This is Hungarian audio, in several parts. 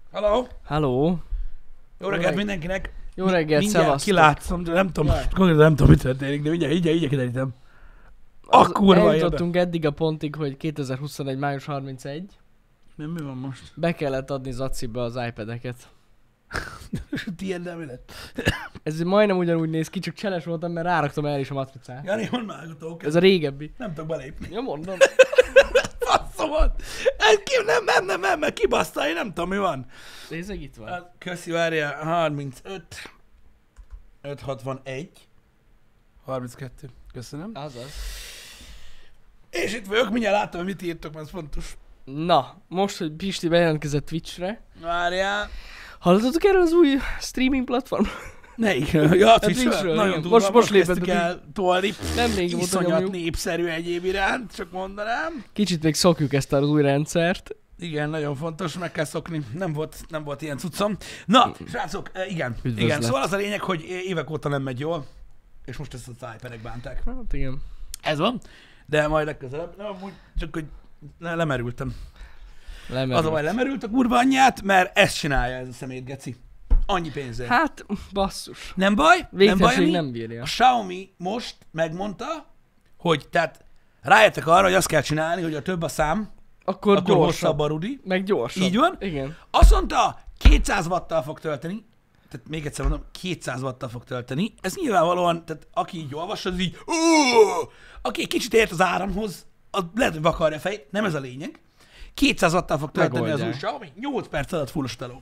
Hello. Halló. Jó reggelt mindenkinek. Jó reggelt, Mindjárt szevasztok. kilátszom, de nem tudom, konkrétan nem tudom, mi történik, de mindjárt kiderítem. Az- Kurva érde. Eljutottunk eddig a pontig, hogy 2021. május 31. Mi van most? Be kellett adni Zacibe az iPad-eket. Tiéd nem lett. Ez majdnem ugyanúgy néz ki, csak cseles voltam, mert ráraktam el is a matricát. Jani, mondd már, hogy Ez a régebbi. nem tudok belépni. Ja, mondom. Faszomat! Nem, kibaszta, én nem tudom, mi van. Nézzeg, itt van. Hát, köszi, várjál, 35, 561, 32, köszönöm. Azaz. És itt vagyok, mindjárt láttam, hogy mit írtok, mert ez fontos. Na, most, hogy Pisti bejelentkezett Twitchre. Várjál. Hallottatok erről az új streaming platform? Melyik? Ja, Twitchről, Twitchről. Nagyon igen. durva, Most lépett kezdtük be. el tolni. Nem rég volt, Iszonyat nyomjuk. népszerű egyéb iránt, csak mondanám. Kicsit még szokjuk ezt az új rendszert. Igen, nagyon fontos, meg kell szokni. Nem volt ilyen cuccom. Na, srácok, igen. Üdvözlet. Igen, szóval az a lényeg, hogy évek óta nem megy jól, és most ezt az iPad-ek bánták. Hát igen. Ez van, de majd legközelebb. Nem, amúgy csak, hogy lemerültem. Az a baj, lemerült a kurva anyját, mert ezt csinálja ez a szemét, geci. Annyi pénzért. Hát, basszus. Nem baj, Végtelenségig Ami nem bírja. a Xiaomi most megmondta, hogy tehát rájöttek arra, hogy azt kell csinálni, hogy a több a szám, Akkor akkor gyorsabb. hosszabb a rudi. Meg gyorsabb. Így van. Igen. Azt mondta, 200 watttal fog tölteni, tehát még egyszer mondom, 200 watttal fog tölteni. Ez nyilvánvalóan, tehát aki így olvassa, az így, aki egy kicsit ért az áramhoz, az lehet, hogy vakarja a fejét, nem ez a lényeg. 200 watttal fog tölteni az új Megoldják. Xiaomi, 8 perc alatt fullos teló.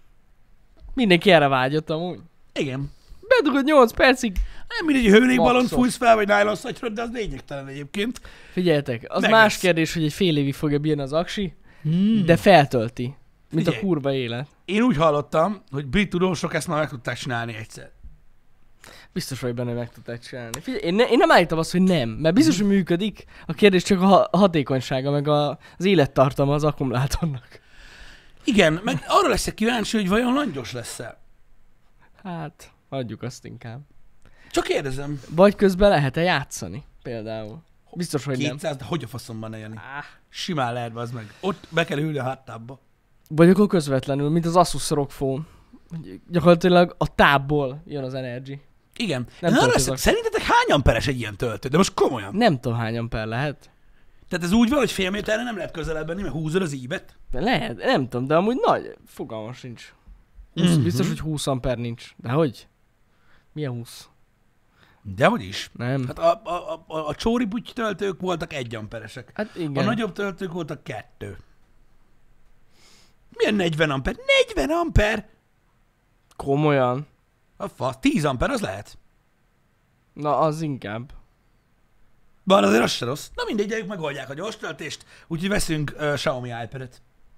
Mindenki erre vágyott amúgy. Igen. Bedugod 8 percig. Nem mindegy, hogy hőlékbalont Maxos. fújsz fel, vagy nylon szatyrod, de az lényegtelen egyébként. Figyeljetek, az Meg más lesz. kérdés, hogy egy fél évig fogja bírni az aksi, de feltölti. Mint Figyelj. a kurva élet. Én úgy hallottam, hogy brit tudósok ezt már meg tudták csinálni egyszer. Biztos vagy benne, hogy meg tudták csinálni. Figyelj, én nem állítom azt, hogy nem, mert biztos, hogy működik. A kérdés csak a hatékonysága, meg az élettartama az akkumulátornak. Igen, meg arra leszek kíváncsi, hogy vajon langyos lesz-e. Hát, hagyjuk azt inkább. Csak kérdezem. Vagy közben lehet-e játszani, például. Biztos, hogy nem. 200, de hogy a faszomban ne jönni? Ah. Simán lehet, az meg. Ott be kell ülni a háttábba. Vagy akkor közvetlenül, mint az Asus ROG Phone. Gyakorlatilag a tábból jön az energy. Igen. Nem Nem arra töltözök. leszek, szerintetek hány amperes egy ilyen töltő? De most komolyan. Nem tudom hány amper lehet. Tehát ez úgy van, hogy fél méterre nem lehet közelebb menni, mert húzod az íbet. De lehet, nem tudom, de amúgy nagy, fogalmam sincs. Biztos, hogy 20 amper nincs. De hogy? Milyen 20? Dehogy is. Nem. Hát a csóri butty töltők voltak 1 amperesek. Hát igen. A nagyobb töltők voltak 2. Milyen 40 amper? 40 amper? Komolyan. A fasz, 10 amper az lehet. Na, az inkább. Bár azért az se rossz. Na mindegy, ők megoldják a gyors töltést, úgyhogy veszünk Xiaomi iPad-et.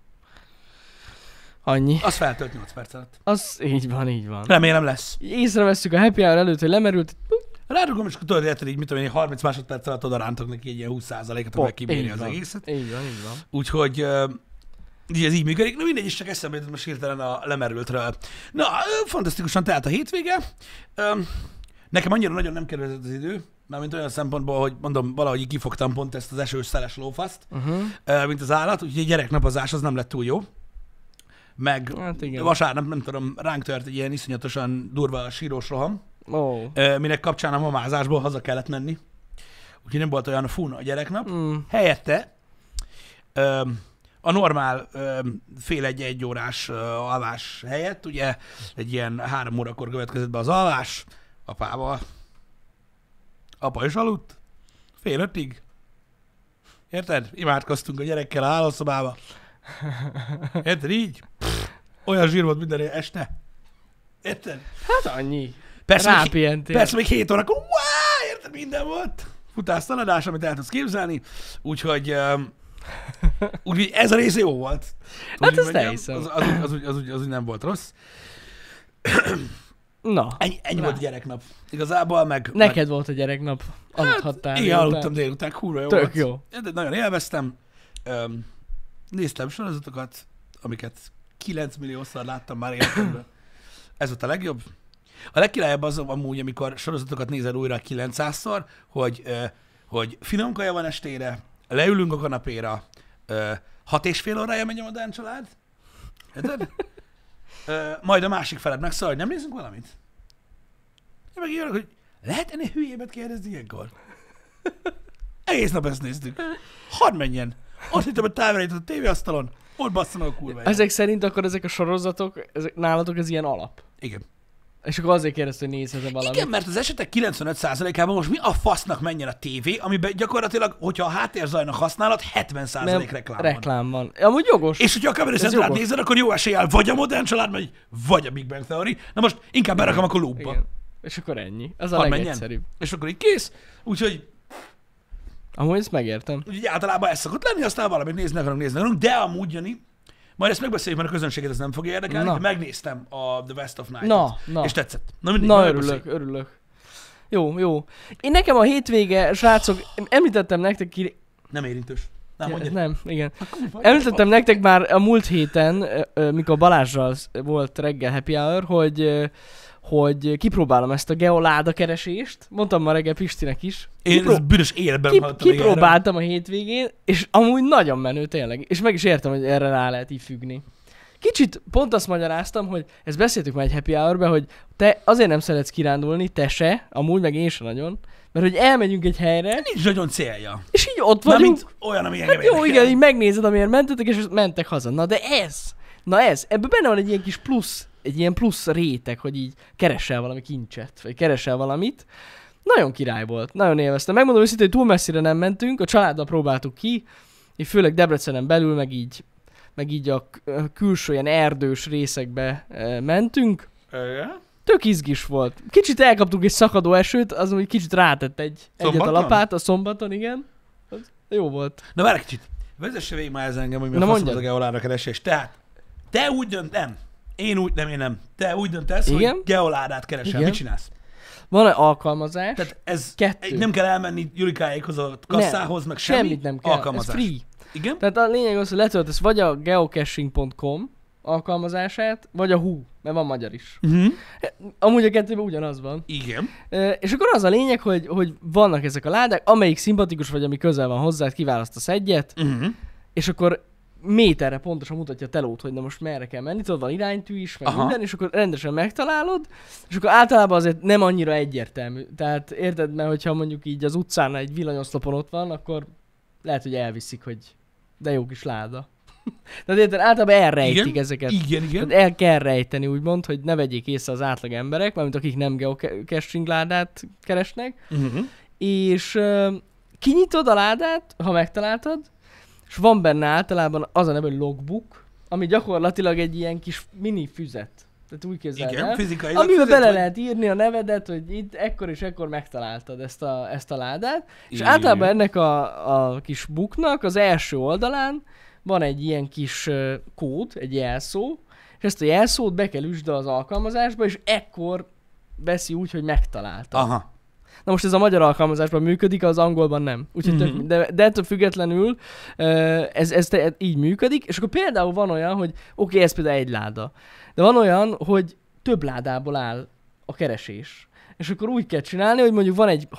Annyi. Az feltölt 8 perc alatt. Az így van, így van. Remélem lesz. Észrevesszük a happy hour előtt, hogy lemerült. Rádugom, és akkor tudod, érted így, mit tudom én, 30 másodperc alatt oda rántok neki egy ilyen 20%-et, amivel kibírja így az van. egészet. Így van, így van. Úgyhogy így ez így működik. Na mindegy, is csak eszembe jutott most hirtelen a lemerültről. Na, fantasztikusan telt a hétvége. Nekem annyira nagyon nem kedvezett az idő, mármint olyan szempontból, hogy mondom, valahogy így kifogtam pont ezt az esős szeles lófaszt, mint az állat, úgyhogy egy gyereknapozás az nem lett túl jó. Meg Hát igen. vasárnap, nem tudom, ránk tört egy ilyen iszonyatosan durva sírós roham, Ó. minek kapcsán a mamázásból haza kellett menni. Úgyhogy nem volt olyan fun a gyereknap. Mm. Helyette a normál fél egy órás alvás helyett, ugye egy ilyen 3 órakor következett be az alvás, apával. Apa is aludt. Fél 5-ig. Érted? Imádkoztunk a gyerekkel a hálószobába. Érted? Így? Olyan zsír volt minden este. Érted? Hát annyi. Persze, Rápihentél. persze még 7 órakor, érted, minden volt. Futástaladás, amit el tudsz képzelni. Úgyhogy ez a része jó volt. Hát Úgy ezt mondjam, elhiszem. az úgy nem volt rossz. Na. Ennyi rá. volt gyereknap. Igazából meg... Neked volt a gyereknap. Aludhattál. Igen, délután. aludtam délután, kurva jó Tök volt. jó. De nagyon élveztem. Néztem sorozatokat, amiket 9 milliószor láttam már életemben. Ez volt a legjobb. A legkirályabb az amúgy, amikor sorozatokat nézel újra 900-szor, hogy finom kaja van estére, leülünk a kanapéra, 6,5 órája megy a Modern Család, Érted? Majd a másik feled megszól, hogy nem nézzünk valamit? Én meg jönök, hogy lehet ennél hülyébet kérdezni ilyenkor? Egész nap ezt néztük. Hadd menjen. Azt hittem, hogy távirányított a tévéasztalon, ott basszanak a kurva. Ezek szerint akkor ezek a sorozatok, nálatok ez ilyen alap. Igen. És akkor azért kérdezte, hogy nézhet-e valamit. Igen, mert az esetek 95%-ában most mi a fasznak menjen a tévé, amiben gyakorlatilag, hogyha a háttérzajnak használod, 70% reklám van. Reklám van. Amúgy jogos. És hogyha a Comedy Centralt nézed, akkor jó eséllyel vagy a Modern Család, vagy a Big Bang Theory. Na most inkább berakom akkor loopba. Igen. És akkor ennyi. Ez a Hadd legegyszerűbb. És akkor így kész. Úgyhogy Amúgy ezt megértem. úgy általában ez szokott lenni, aztán valamit nézni akarunk, de amúgy, Jani, majd ezt megbeszéljük, mert a közönséget ez nem fogja érdekelni, de megnéztem a The West of Night-ot, és tetszett. Mindig, Örülök. Jó. Én nekem a hétvége, srácok, említettem nektek Nem érintős. Nem, igen. Említettem nektek már a múlt héten, mikor Balázsral volt reggel happy hour, hogy kipróbálom ezt a geoláda keresést. Mondtam ma reggel Pistinek is. Én ez büdös életben hallottam. Kipróbáltam a hétvégén, és amúgy nagyon menő tényleg. És meg is értem, hogy erre rá lehet így függni. Kicsit pont azt magyaráztam, hogy ezt beszéltük már egy happy hour-ben, hogy te azért nem szeretsz kirándulni, te se, amúgy meg én se nagyon, mert hogy elmegyünk egy helyre. Nincs nagyon célja. És így ott vagyunk. Mint olyan, ami engem jó, igen, így megnézed, amiért mentetek, és mentek haza. Na de ez, ebben benne van egy ilyen kis plusz, egy ilyen plusz réteg, hogy így keresel valami kincset, vagy keresel valamit. Nagyon király volt, nagyon élveztem. Megmondom őszintén, hogy túl messzire nem mentünk, a családdal próbáltuk ki, és főleg Debrecenen belül, meg így a külső ilyen erdős részekbe mentünk. Tök izgis volt. Kicsit elkaptunk egy szakadó esőt, az úgy kicsit rátett egyet a lapát a szombaton, igen. Az jó volt. Na várj kicsit, vezesse végig már ez engem, hogy mi a faszom az a geoláda keresés. Tehát, te úgy döntem, én nem. Te úgy döntesz, igen? Hogy geoládát keresel. Igen. Mit csinálsz? Van egy alkalmazás. Tehát ez nem kell elmenni Julikáékhoz a kasszához, meg semmit nem kell. Alkalmazás. Ez free. Igen? Tehát a lényeg az, hogy letöltesz vagy a geocaching.com alkalmazását, vagy a Hú, mert van magyar is. Amúgy a kettőben ugyanaz van. Igen. És akkor az a lényeg, hogy vannak ezek a ládák, amelyik szimpatikus, vagy ami közel van hozzá, kiválasztasz egyet, és akkor méterre pontosan mutatja a telót, hogy na most merre kell menni, tudod, van iránytű is, meg minden, és akkor rendesen megtalálod, és akkor általában azért nem annyira egyértelmű. Tehát érted, mert hogyha mondjuk így az utcán egy villanyoszlopon ott van, akkor lehet, hogy elviszik, hogy de jó kis láda. Tehát érted, általában elrejtik ezeket. Igen. Tehát el kell rejteni, úgymond, hogy ne vegyék észre az átlag emberek, mármint akik nem geocaching ládát keresnek, és kinyitod a ládát, ha megtaláltad, és van benne általában az a neve, hogy logbook, ami gyakorlatilag egy ilyen kis mini füzet. Tehát úgy képzeld el, amiben bele lehet írni a nevedet, hogy itt ekkor és ekkor megtaláltad ezt a ládát, és általában ennek a kis booknak az első oldalán van egy ilyen kis kód, egy jelszó, és ezt a jelszót be kell üsd az alkalmazásba, és ekkor veszi úgy, hogy megtaláltad. Aha. Na most ez a magyar alkalmazásban működik, az angolban nem. Úgyhogy de ettől függetlenül ez így működik, és akkor például van olyan, hogy oké, ez például egy láda, de van olyan, hogy több ládából áll a keresés. És akkor úgy kell csinálni, hogy mondjuk van egy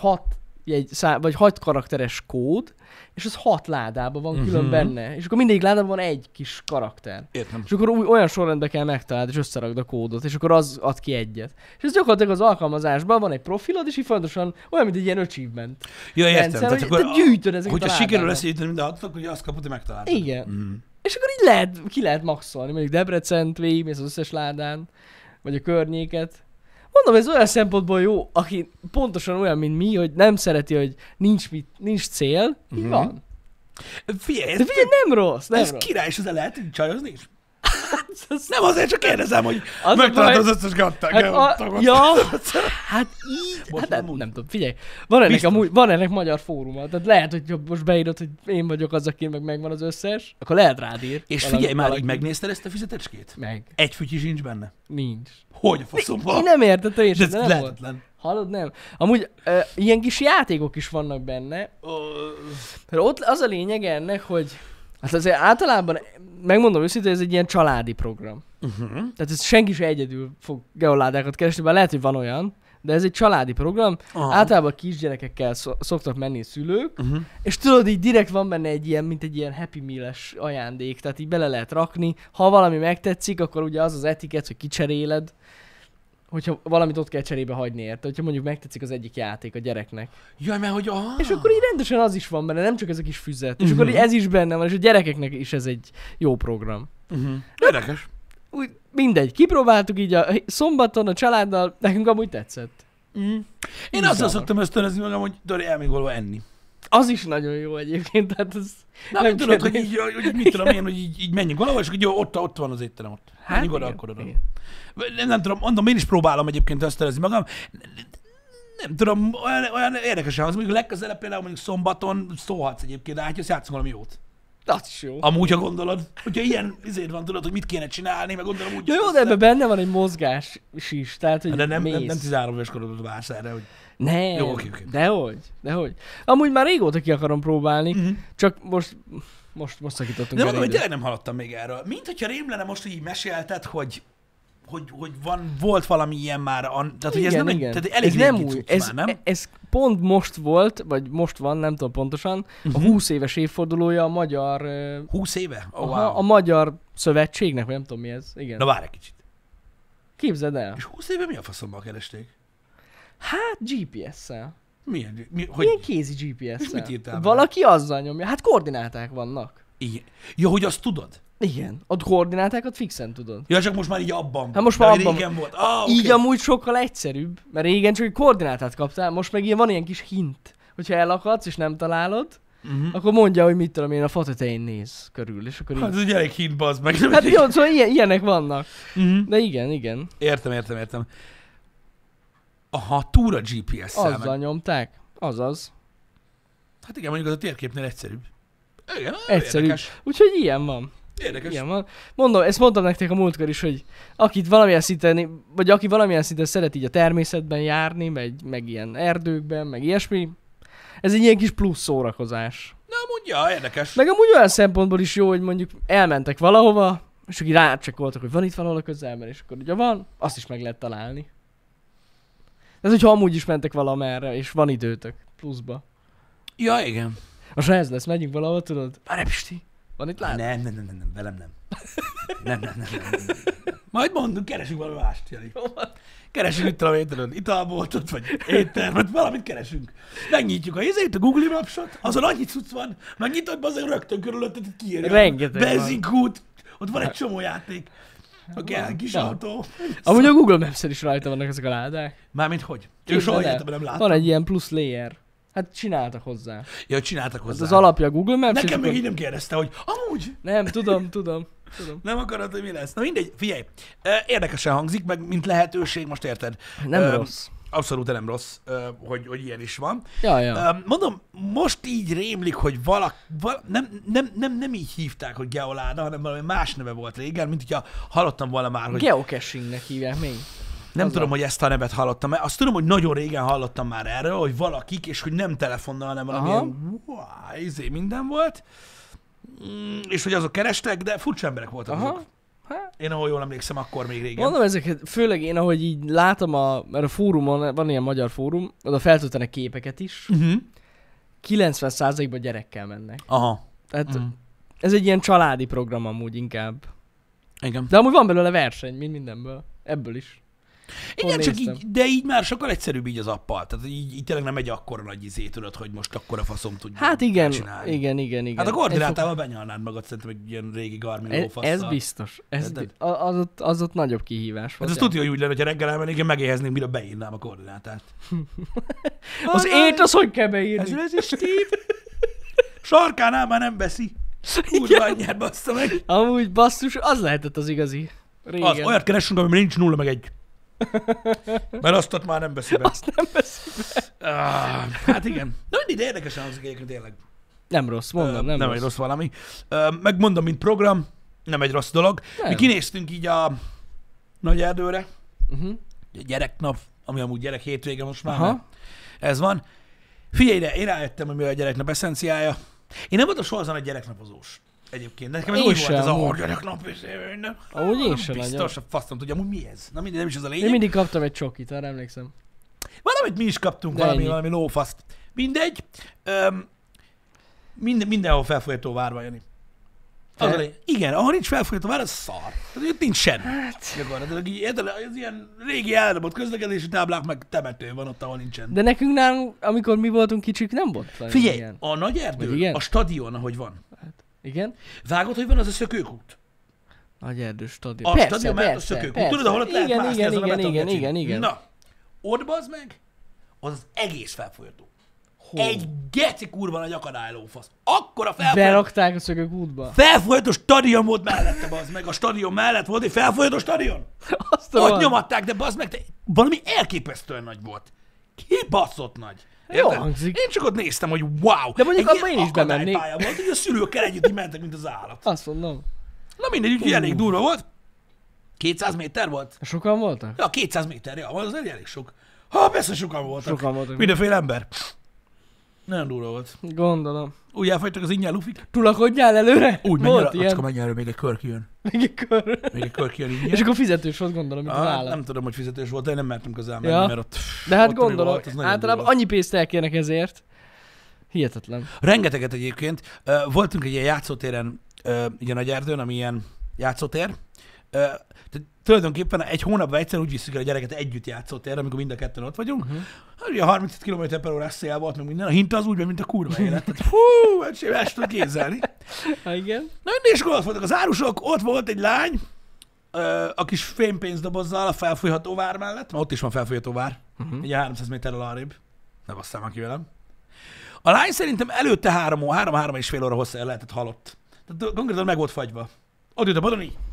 6 karakteres kód, és az 6 ládában van külön benne. És akkor mindegyik ládában van egy kis karakter. Értem. És akkor olyan sorrendben kell megtalálni, és összerakd a kódot, és akkor az ad ki egyet. És ez gyakorlatilag az alkalmazásban van egy profilod, és így fontosan olyan, mint egy ilyen achievement. Ja, értem. Rendszer, tehát akkor gyűjtöd ezeket hogyha sikerül összegyűjteni minden adatot, hogy azt kapod, hogy megtaláltad. Igen. És akkor így ki lehet maxolni, mondjuk Debrecent végigmész az összes ládán, vagy a környéket. Mondom, ez olyan szempontból jó, aki pontosan olyan, mint mi, hogy nem szereti, hogy nincs cél, így van. Figyelj, nem rossz. Ez király, és ezzel lehet csajozni is? Nem azért csak kérdezem, hogy megtaláltad az összes gattagot. Ja, hát így, nem tudom, figyelj. Van ennek magyar fóruma, tehát lehet, hogy most beírod, hogy én vagyok az, aki megvan az összes, akkor lehet rád ír. És figyelj, már így megnézted ezt a fizetecskét? Meg. Egy fütyi sincs benne? Nincs. Hogy a faszomban? Én nem értettem, és ez nem lehetetlen. Volt. Hallod, nem? Amúgy ilyen kis játékok is vannak benne. Ott az a lényeg ennek, hogy hát azért általában, megmondom őszintén, ez egy ilyen családi program. Tehát ez senki sem egyedül fog geoládákat keresni, bár lehet, hogy van olyan, de ez egy családi program, Aha. általában kisgyerekekkel szoktak menni szülők, és tudod, így direkt van benne egy ilyen, mint egy ilyen Happy Meal-es ajándék, tehát így bele lehet rakni. Ha valami megtetszik, akkor ugye az az etikett, hogy kicseréled, hogyha valamit ott kell cserébe hagyni érte, hogyha mondjuk megtetszik az egyik játék a gyereknek. Jaj, mert hogy És akkor így rendesen az is van benne, nem csak ez a kis füzet. És akkor így ez is benne van, és a gyerekeknek is ez egy jó program. Érdekes. Úgy, mindegy, kipróbáltuk így a szombaton a családdal, nekünk amúgy tetszett. Én azzal szoktam ösztönözni magam, hogy elmegyünk valahol enni. Az is nagyon jó egyébként, tehát ez... Nem tudod, hogy így, mit tudom én, hogy így menjünk valahol, és hogy jó, ott van az étterem ott. Hát menjünk oda, akkor oda. Nem tudom, mondom, én is próbálom egyébként ösztönözni magam. Nem tudom, olyan érdekesen az, mondjuk legközelebb például mondjuk szombaton szólhatsz egyébként, de hát jössz, játszunk valami jót. Az is jó. Amúgy, ha gondolod, hogyha ilyen izéd van, tudod, hogy mit kéne csinálni, meg gondolom úgy... Jó, de ebben benne van egy mozgás is, tehát hogy de nem mész. 13 éves korodot vársz erre, hogy... Nem, Jó, oké. dehogy. Amúgy már régóta ki akarom próbálni, csak most szakítottunk De mondom, el hogy tényleg nem hallottam még erről. Mint hogyha rém lenne most, hogy így mesélted, hogy volt valami ilyen már, tehát hogy ez nem egy, tehát elég ez nem régi új. cucc már, nem? Ez pont most volt, vagy most van, nem tudom pontosan, a 20 éves évfordulója a magyar... 20 éve? Oh, aha, wow. a Magyar Szövetségnek, vagy nem tudom mi ez. Igen. Na várj egy kicsit. Képzeld el. És 20 éve mi a faszommal keresték? Hát GPS-szel. Milyen? Ilyen kézi GPS-szel. És mit írtál? Valaki azzal nyomja. Hát koordináták vannak. Igen. Ja, hogy azt tudod? Igen. A koordinátákat fixen tudod. Ja, csak most már így abban van. Hát most de már abban régen volt. Így amúgy sokkal egyszerűbb, mert régen csak egy koordinátát kaptál, most meg van ilyen kis hint. Hogyha elakadsz és nem találod, akkor mondja, hogy mit tudom én, a fa tetején néz körül, és akkor Hát így... ez egy elég hint, bazd meg. Hát jó, szóval ilyenek vannak. De igen. Értem. Aha, túra GPS-szel Azzal nyomták. Azaz. Hát igen, mondjuk az a térképnél egyszerűbb. Igen, Egyszerű. érdekes. Úgyhogy ilyen van. Érdekes. Ilyen van. Mondom, ezt mondtam nektek a múltkor is, hogy akit valamilyen szinten, vagy aki valamilyen szinten szeret így a természetben járni, meg ilyen erdőkben, meg ilyesmi, ez egy ilyen kis plusz szórakozás. Na, mondja, érdekes. Meg amúgy olyan szempontból is jó, hogy mondjuk elmentek valahova, és akkor rácsekkoltak, hogy van itt valahol a közelben, és akkor ugye van, azt is meg lehet találni. Ez, hogyha amúgy is mentek valamerre, és van időtök pluszba. Ja, igen. Most ez lesz, megyünk valahol, tudod? Várj, Pisti, van itt lát? Nem, velem nem. Nem. Majd mondunk, keresünk valami mást, Jani. Keresünk itt a italboltot, vagy éttermet, valamit keresünk. Megnyitjuk a a Google Maps-ot, azon annyi cucc van, megnyitod, azért rögtön körülötted, hogy kiírja. Rengeteg van. Benzinkút, ott van egy csomó játék. Kell, kis autó. Amúgy a Google Maps-en is rajta vannak ezek a ládák. Mármint hogy? Én soha életemben nem láttam. Van egy ilyen plusz layer. Hát csináltak hozzá. Ja, csináltak hozzá. Hát az alapja a Google Maps. Nekem még így nem kérdezte, hogy amúgy. Nem, tudom. Nem akarod, hogy mi lesz. Na mindegy, figyelj. Érdekesen hangzik, meg mint lehetőség, most érted. Nem rossz. Abszolút nem rossz, hogy ilyen is van. Ja. Mondom, most így rémlik, hogy nem így hívták, hogy geoláda, hanem valami más neve volt régen, mint hogyha hallottam volna már, hogy... Geocachingnek hívják még. Nem tudom, hogy ezt a nevet hallottam. Azt tudom, hogy nagyon régen hallottam már erről, hogy valakik, és hogy nem telefonnal, hanem valamilyen minden volt. És hogy azok kerestek, de furcsa emberek voltak azok. Én ahol jól emlékszem, akkor még régen. Mondom ezeket, főleg én ahogy így látom, mert a fórumon, van ilyen magyar fórum, oda feltöltenek képeket is. 90%-ban gyerekkel mennek. Aha. Tehát ez egy ilyen családi program amúgy inkább. Igen. De amúgy van belőle verseny, mint mindenből. Ebből is. Igen, csak így, de így már sokkal egyszerűbb így az appal. Tehát így tényleg nem egy akkora nagy izé, tudod, hogy most akkora faszom tudja hát igen, csinálni. igen. Hát a koordinátával benyalnád magad szerintem egy ilyen régi Garmin lófasszal. Ez biztos. Az ott nagyobb kihívás volt. Hát ez tudja, hogy úgy lenne, hogyha reggel elmennék, én megéheznék, mire beírnám a koordinátát. Az ét az hogy kell beírni? Ez is Steve. Sarkánál már nem veszi. Kurva anyját bassza meg. Amúgy basszus, az lehetett az igazi. Régen. Az, olyat keresünk, amiben nincs 0 meg 1. Mert azt már nem veszi be. Azt nem veszi be. Hát igen. Na mindig érdekesen hangzik egyébként tényleg. Nem rossz, mondom, nem rossz. Egy rossz valami. Megmondom, mint program, nem egy rossz dolog. Nem. Mi kinéztünk így a nagy erdőre. A gyereknap, ami amúgy gyerek hétvége most már. Ez van. Figyelj ide, én rájöttem, hogy mi a gyereknap eszenciája. Én nem voltam soha azon a gyereknapozós. Egyébként. De nekem ez úgy volt ez a gyereknap, és minden. Amúgy én sem biztos, a faszom tudja, amúgy mi ez? Na mindegy, nem is ez a lényeg. Én mindig kaptam egy csokit, arra emlékszem. Valamit mi is kaptunk, De valami lófaszt. Mindegy. Mindenhol felfolyató várva, Jani. Igen, ahol nincs felfolyató vár, az szar. Tehát ott nincs semmi. Gyakorlatilag így, az ilyen régi elromott közlekedési táblák, meg temető van ott, ahol nincsen. De nekünk nálunk, amikor mi voltunk kicsik, nem volt. Figyelj, ilyen. a nagy erdő, a stadion, ahogy van. Igen? Vágod, hogy van az a szökőkút? Nagy erdő stadion. A stadion mellett a szökőkút. Tudod, ahol ott lehet mászni ezen a betongecsin? Igen. Na, ott bazd meg, az egész felfolyató. Egy geci kurva nagy akadálylófasz. Akkora felfolyató. Berakták a szökőkútba. Felfolyató stadion volt mellette, bazd meg. A stadion mellett volt egy felfolyató stadion. Ott nyomatták, de bazd meg, de valami elképesztően nagy volt. Kibaszott nagy. Jó hangzik. Én csak ott néztem, hogy wow. De mondjuk abban én is bemennék. Volt, hogy a szülőkkel együtt így mentek, mint az állat. Azt mondom. Na mindegy, úgyhogy elég durva volt. 200 méter volt? Sokan voltak? Ja, 200 méter, ja, az elég sok. Ha, persze sokan voltak. Mindenféle ember. Nagyon durva volt. Gondolom. Úgy elfogytak az ingyen lufik. Tulakodjál előre? Úgy, menj el, menj előre, még egy kör kijön. Még egy kör kijön ingyen. És akkor fizetős volt, gondolom, mint az állat. Nem tudom, hogy fizetős volt, de én nem mertem közel menni, mert ott... De hát ott gondolom, volt, általában annyi pénzt elkérnek ezért. Hihetetlen. Rengeteget egyébként. Voltunk egy ilyen játszótéren, ugye Nagyerdőn, ami ilyen játszótér. Tulajdonképpen egy hónapban egyszer úgy visszük el a gyereket együtt játszótérre, amikor mind a ketten ott vagyunk. Ugye 35 km/h szél volt, meg minden. A hinta az úgy, mint a kurva élet. Tehát hú, ezt tud képzelni. Igen. Na, és akkor ott voltak az árusok, ott volt egy lány, a kis fémpénzdobozzal a felfújható vár mellett, mert ott is van felfújható vár, egy 300 méterrel arrébb. Ne basszám már ki velem. A lány szerintem előtte 3-3,5 óra hosszára lehetett halott. Tehát konkrétan meg volt fagyva. Ott jött a padon így.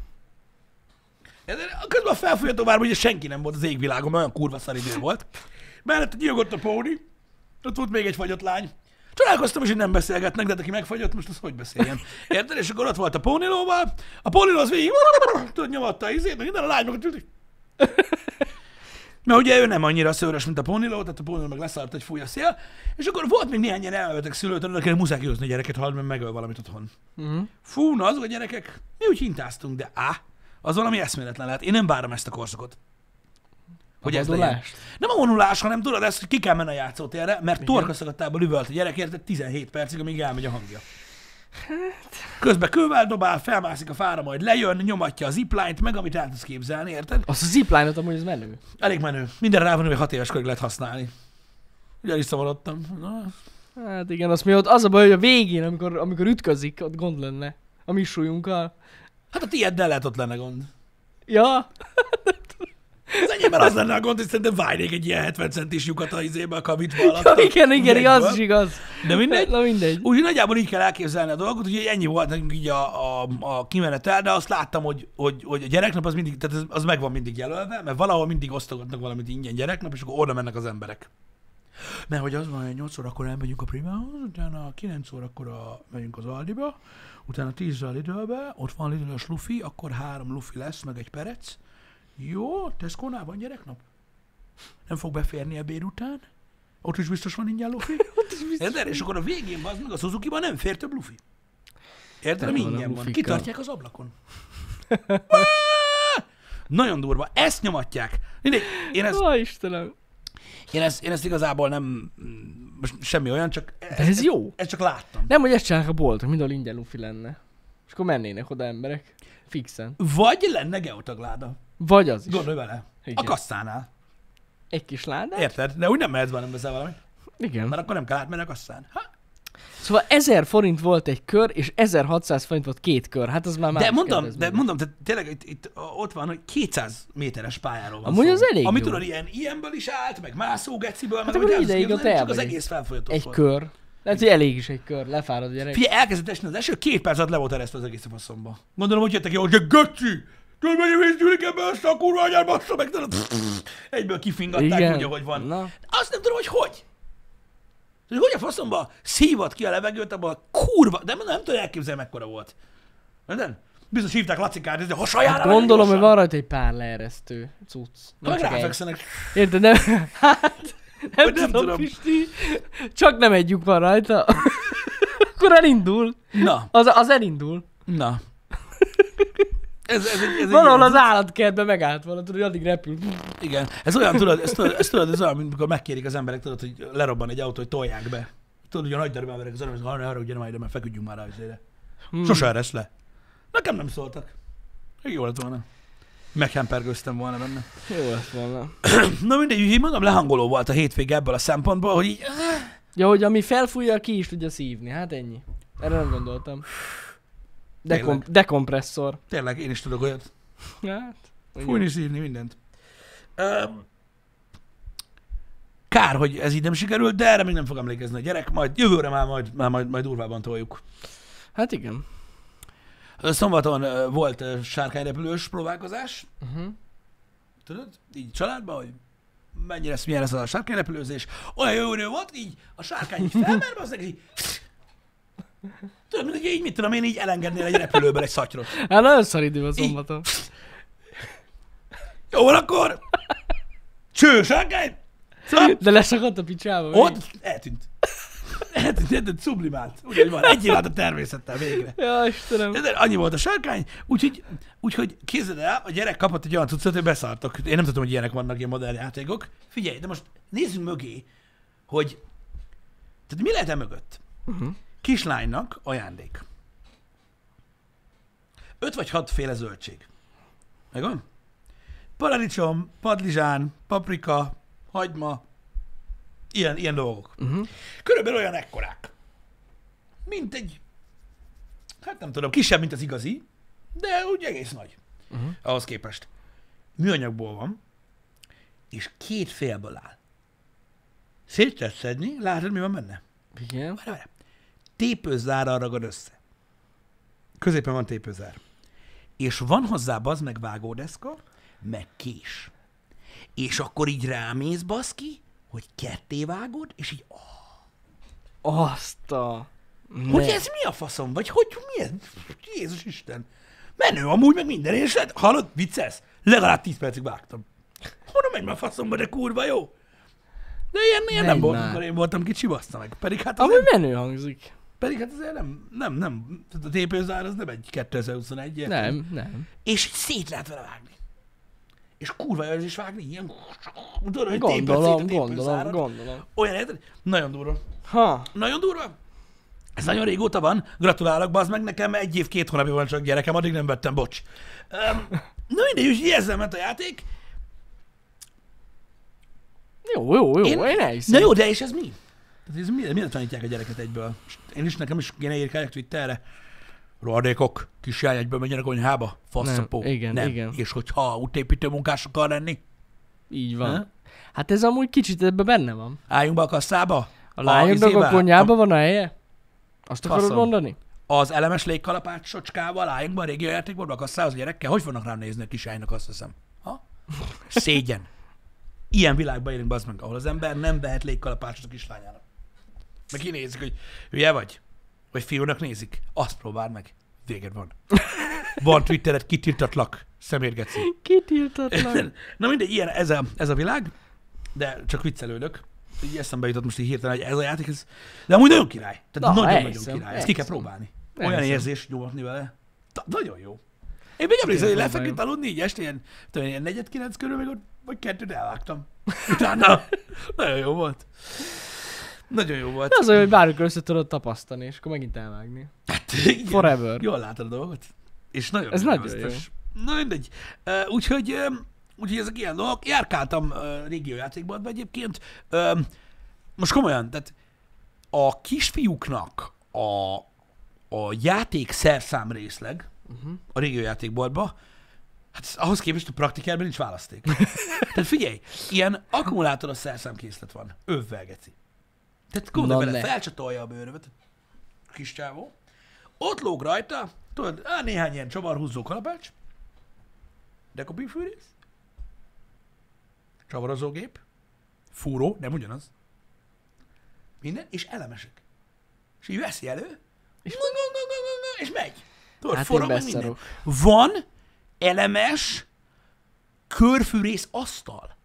Közben a felfújható várban ugye senki nem volt az égvilágon, olyan kurva szar idő volt. Mellette nyugodt a póni, ott volt még egy fagyott lány. Csodálkoztam is, hogy nem beszélgetnek, de aki megfagyott, most az hogy beszéljen. Érted? És akkor ott volt a pónilóval, a póniló az végig nyomatta a izét, meg minden a lány meg ült. Mert ugye ő nem annyira szőrös, mint a póniló, tehát a póniló meg leszállt, hogy fúj a szél. És akkor volt még néhány ilyen elmevetek szülőt, akinek muszáj kihozni a gyereket, ha mert megöl valamit otthon. Fú, na azok a gyerekek, mi úgy hintáztunk, de az valami eszméletlen lehet. Én nem várom ezt a korszakot. Hogy ez legyen. Nem a vonulás, hanem tudod ezt, hogy ki kell menni a játszótérre, mert torkaszakadtából üvölt a gyerek, érted 17 percig, amíg elmegy a hangja. Közben kővel dobál, felmászik a fára, majd lejön, nyomatja a zipline-t, meg amit el tudsz képzelni, érted? Az a zipline-ot amúgy ez menő. Elég menő. Mindenre rá van, hogy 6 éves korig lehet használni. Ugye is szavarodtam. Hát igen, az mi ott az a baj, hogy a végén, amikor ütközik, ott gond lenne. A mi súlyunkkal. Hát a tiéddel lehet ott lenne gond. Ja. Az enyémben az lenne a gond, hogy szerintem vájnék egy ilyen 70 centis lyukat a izébe, a kavicsba alatt. Ja, igen, az is igaz. De mindegy. Na mindegy. Úgy nagyjából így kell elképzelni a dolgot, hogy ennyi volt nekünk így a kimenetel, de azt láttam, hogy a gyereknap az mindig, tehát az meg van mindig jelölve, mert valahol mindig osztogatnak valamit ingyen gyereknap, és akkor oda mennek az emberek. Mert hogy az van, hogy 8 órakor elmegyünk a Primához, utána 9 órakor megyünk az Aldiba, utána 10-re a Lidlbe, ott van Lidl-ös lufi, akkor 3 lufi lesz, meg egy perec. Jó, Tesco-nál van gyereknap? Nem fog beférni ebéd után? Ott is biztos van ingyen lufi? Érted? És akkor a végén az meg a Suzuki-ban nem fér több lufi. Érted? Nem ingyen van. Kitartják az ablakon. Nagyon durva. Ezt nyomatják. Istenem. Én ezt igazából nem semmi olyan, csak ez jó. Ezt csak láttam. Nem, hogy ezt csinálják a boltok, mindenhol ingyen lufi lenne. És akkor mennének oda emberek. Fixen. Vagy lenne geotagláda. Vagy az is. Gondolj vele. Igen. A kasszánál. Egy kis láda. Érted? De úgy nem mehetsz be, nem veszel valamit. Igen. Mert akkor nem kell átmenni a kasszán. Szóval 1000 forint volt egy kör, és 1600 forint volt 2 kör. Hát az már más. De mondom, tehát tényleg itt ott van, hogy 200 méteres pályáról van amúgy szó. Az elég ami jó. tudod, ilyenből is állt, meg mászó geciből, hát meg ahogy ideig ott csak az egész felfolyató egy kör. Lehet, hogy elég is egy kör, lefárad a gyerek. Figyelj, elkezdett esni az eső, 2 perc alatt le volt eresztve az egész a faszomba. Gondolom, hogy jöttek jó, hogy Göcsi! Tudod, mennyi víz gyűlik ebbe össze a kurva anyár, bassza meg, tudod? Egyből kifingatták úgy, ahogy van. Na. Azt nem tudom, hogy. Hogy a faszomba szívott ki a levegőt abban a kurva, de nem tudom elképzelni, mekkora volt. Nem? Biztos hívták Lacikát, ez a hasajára. Hát gondolom, hogy van rajta egy pár leeresztő cucc. Nem csak ráfekszenek. Érted, nem? Hát, nem tudom, Pisti. Csak nem egy lyuk van rajta. Akkor elindul. Na. Az elindul. Na. egy Valahol ilyen az állatkertben megállt volna, tudod, hogy addig repül. Igen, ez olyan, tudod, ez olyan, mint amikor megkérik az emberek, tudod, hogy lerobban egy autó, hogy tolják be. Tudod, hogy a nagy darab emberek az öröm, hogy arra ugyan majd ide, mert feküdjünk már rá üzére. Sose eresz le. Nekem nem szóltak. Jó lett volna. Meghempergőztem volna benne. Jó lett volna. Na mindegy, így mondom, lehangoló volt a hétvége ebből a szempontból, hogy így... Ja, hogy ami felfújja, ki is tudja szívni. Hát ennyi. Erre nem gondoltam. Tényleg. Dekompresszor. Tényleg, én is tudok olyat. Hát. Fújni, szívni, mindent. Kár, hogy ez így nem sikerült, de erre még nem fog emlékezni a gyerek, majd jövőre majd durvában toljuk. Hát igen. Szombaton volt sárkányrepülős próbálkozás. Uh-huh. Tudod? Így családban, hogy milyen lesz az a sárkányrepülőzés. Olyan jó idő volt, így a sárkány így felmer, az így... Tudod, mint hogy így, mit tudom én, így elengednél egy repülőből egy szatyrot. Hát nagyon szar idő a szombaton. Jó van akkor! Cső, sárkány! De leszakadt a picsába. Ott eltűnt. Eltűnt, sublimált. Úgyhogy van, egy év a természettel végre. Ja, Istenem. De annyi volt a sárkány, úgyhogy képzeld el, a gyerek kapott egy olyan cuccot, hogy beszartok. Én nem tudom, hogy ilyenek vannak, ilyen modern játékok. Figyelj, de most nézzünk mögé, hogy... Tehát mi lehet e mögött? Uh-huh. Kislánynak ajándék. 5 vagy 6 féle zöldség. Megvan? Paradicsom, padlizsán, paprika, hagyma, ilyen dolgok. Uh-huh. Körülbelül olyan ekkorák. Mint egy, hát nem tudom, kisebb, mint az igazi, de úgy egész nagy. Uh-huh. Ahhoz képest. Műanyagból van, és 2 félből áll. Szét lehet szedni, látod, mi van benne? Igen. Várj. Tépőzárral ragad össze. Középen van tépőzár. És van hozzá bazd meg vágódeszka, meg kés. És akkor így rámész, baszki, hogy ketté vágod, és így... Azt a... Hogy ez mi a faszom? Vagy hogy mi ez? Jézus Isten. Menő amúgy, meg minden, és hallod, viccelsz? Legalább 10 percig vágtam. Honnan megy már a faszomba, de kurva jó. De ilyen nem volt, amikor én voltam kicsi, bassza meg. Pedig hát Amúgy azért, menő hangzik. pedig hát azért nem. A tépőzár az nem egy 2021 -e. Nem. És szét lehet vele vágni. És kurva jó is vágni, ilyen... Tudod, hogy téped szét a tépőzárat. Gondolom. Olyan érted? Nagyon durva. Ha. Nagyon durva. Ez nagyon régóta van. Gratulálok, bazd meg, nekem 1 év 2 hónapja van csak gyerekem, addig nem vettem, bocs. Na mindegy, úgyhogy ezzel ment a játék. Jó, én elhiszem. Na jó, de és ez mi? Tehát ez miért tanítják a gyereket egyből? Nekem is kéne írkálják Twitterre. Rohadékok, kisjány egyből menjenek konyhába, faszapó. Igen. És hogyha útépítő munkás akar lenni, Így van. Ha? Hát ez amúgy kicsit ebben benne van. álljunk be a kasszába. A lányoknak a konyhába van a helye? Azt akarod Faszom. mondani? Az elemes légkalapácsocskával álljunk be a régi játékból a kasszához a gyerekkel. Hogy fognak rám nézni a kisánynak, azt hiszem? Ha? Szégyen. Ilyen világban élünk, bazd meg, ahol az ember nem vehet légkalapácsot a kislányának. Meg kinézik, hogy hülye vagy? Vagy fiúnak nézik? Azt próbáld meg. Véged van. Van Twittered, kitiltatlak. Szemérgeci. Kitiltatlan. Na mindegy, ilyen ez a világ, de csak viccelődök. Így eszembe jutott most így hirtelen, hogy ez a játék, de amúgy nagyon király. Tehát nagyon-nagyon király. Ezt ki kell próbálni. Olyan érzés nyugodni vele. Nagyon jó. Én még emlékszem, hogy lefeküdt aludni így este, ilyen 4:30 körül, még ott vagy 2-t elvágtam. Utána nagyon jó volt. Nagyon jó volt. De az olyan, hogy bármikor össze tudod tapasztani, és akkor megint elvágni. Hát, igen. Forever. Jól látod a dolgot. És nagyon Ez nagyon jó. Na mindegy. Úgyhogy ezek ilyen dolgok. Járkáltam régió játékban egyébként. Most komolyan, tehát a kisfiúknak a játék szerszám részleg a régió játékboltba, hát ahhoz képest a praktikában nincs választék. Tehát figyelj, ilyen akkumulátoros szerszámkészlet van. Övvel, geci. Tehát gondolj bele, felcsatolja a bőrövet, kis csávó. Ott lóg rajta, tudod, néhány ilyen csavarhúzó kalapács, dekopifűrész, csavarozógép, fúró, nem ugyanaz, minden, és elemesek. És így veszi elő, és megy. Tudod, hát forog meg minden. Van elemes körfűrész asztal.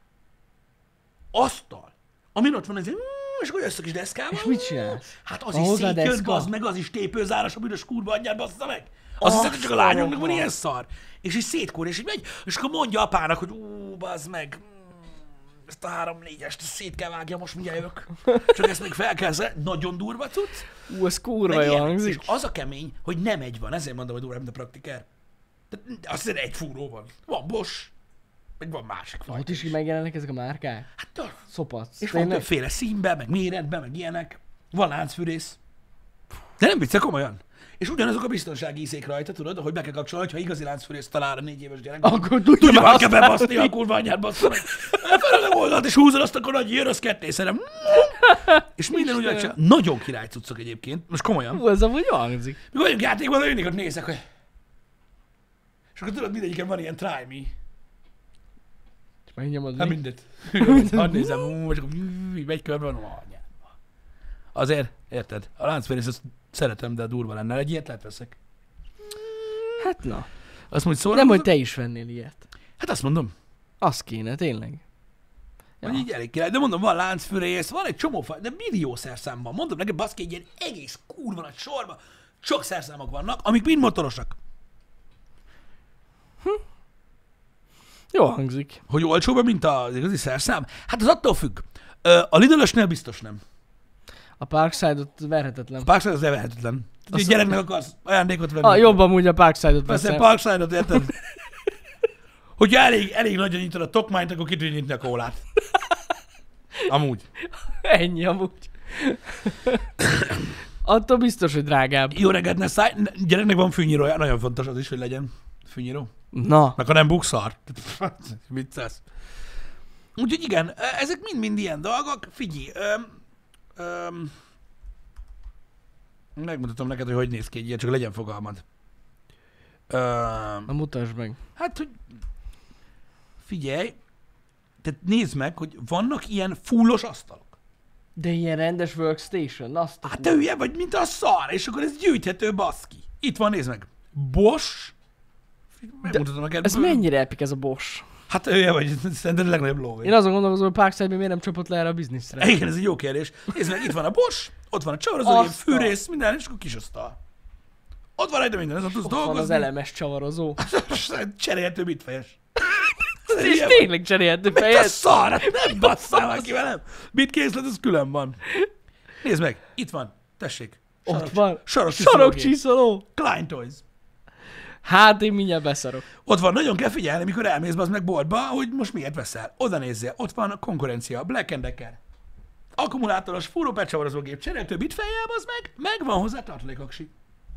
Amin ott van ez, és akkor jössz a kis deszkával. És mit csinálsz? Hát az is szétjön, az meg az is tépőzáras, a büdös kurva anyját bassza meg. Azt hiszem, hogy csak a lányoknak van ilyen szar. És így szétkúr, és így megy, és akkor mondja apának, hogy bazd meg, ezt a 3-4-est szét kell vágja, most mindjárt jövök. Csak ezt még fel kell nagyon durva tudsz. Ez kurva jó hangzik. És az a kemény, hogy nem egy van, ezért mondom, hogy durva, mint a praktiker. Tehát azt hiszem, egy fúró van. Van Bosch, meg van másik fajta. Ott is így megjelennek ezek a márkák? Hát, Szopac. és van többféle színben, meg méretben, meg ilyenek. Van láncfűrész. De nem vicce, komolyan. És ugyanazok a biztonsági ízék rajta, tudod, hogy be kell kapcsolni, ha igazi láncfűrészt talál a 4 éves gyerek. Akkor tudja, már kell bebaszni a kurva anyját, bassza meg. Felög a oldalt, és húzod azt, akkor nagy jön, az kettészerem. És minden ugyan csinál. Nagyon király cuccok egyébként, most komolyan. Ez amúgy jó hangzik. Mi vagyunk játékban, de mindig ott nézek, hogy... És akkor tudod, mindegyiken van ilyen try me. És megnyomod Hát mi? mindet. Hadd nézem, és akkor megy körbe, van anyádba. Azért, érted? A láncfűrészt azt szeretem, de durva lenne. Egy ilyet lehet veszek. Hát na. Azt mondj szóra. Nem, hogy te is vennél ilyet. Hát azt mondom. Az kéne, tényleg. Ja. Hogy így elég király. De mondom, van láncfűrész, van egy csomó faj, de millió szerszámban. Mondom neked, baszki, egy ilyen egész kurva nagy sorba sok szerszámok vannak, amik mind motorosak. Jó hangzik. Hogy olcsóban, mint az igazi szerszám? Hát az attól függ. A Lidl-ösnél biztos nem. A Parkside-ot verhetetlen. A Parkside az levehetetlen. Tehát egy gyereknek akarsz ajándékot venni. Jobb amúgy a Parkside-ot Persze, veszem. Parkside-ot, érted? Hogyha elég nagyon nyitod a tokmányt, akkor ki tudja nyitni a kólát. Amúgy. Ennyi amúgy. Attól biztos, hogy drágább. Jó reggelt, ne szállj. Gyereknek van fűnyírója, nagyon fontos az is, hogy legyen fűnyíró. Na. Meg ha nem bukszar. Vicces. Úgyhogy igen, ezek mind-mind ilyen dolgok. Figyelj, megmutatom neked, hogy néz ki egy ilyen, csak legyen fogalmad. Na mutasd meg. Hát, hogy figyelj, tehát nézd meg, hogy vannak ilyen fullos asztalok. De ilyen rendes workstation, azt Hát te hülye vagy, mint a szar, és akkor ez gyűjthető, baszki. Itt van, nézd meg. Bosch. Megmutatom neked. Ez mennyire epik ez a Bosch? Hát hülye vagy, szerintem a legnagyobb lóvé. Én azon gondolkozom, hogy Parkside miért nem csapott le erre a bizniszre. Igen, ez egy jó kérdés. Nézd meg, itt van a Bosch, ott van a csavarozó, ilyen fűrész, minden, és akkor kis asztal. Ott van rajta minden, ezen tudsz Ott dolgozni. van az elemes csavarozó. Cserélhető bitfejes. És tényleg cserélhető Mit a fejet. szar? Hát nem basszál már ki velem. Bitkészlet, az külön van. Nézd meg, itt van. Tessék. Ott van. Sarokcsiszológép. Sarokcsiszoló. Klein Toys. Hát én mindjárt beszarok. Ott van, nagyon kell figyelni, mikor elmész az meg boltba, hogy most miért veszel. Oda nézzél, ott van a konkurencia, Black & Decker. Akkumulátoros fúrópecsavarozógép, cserélhető bitfejjel, az megvan hozzá tartalékaksi.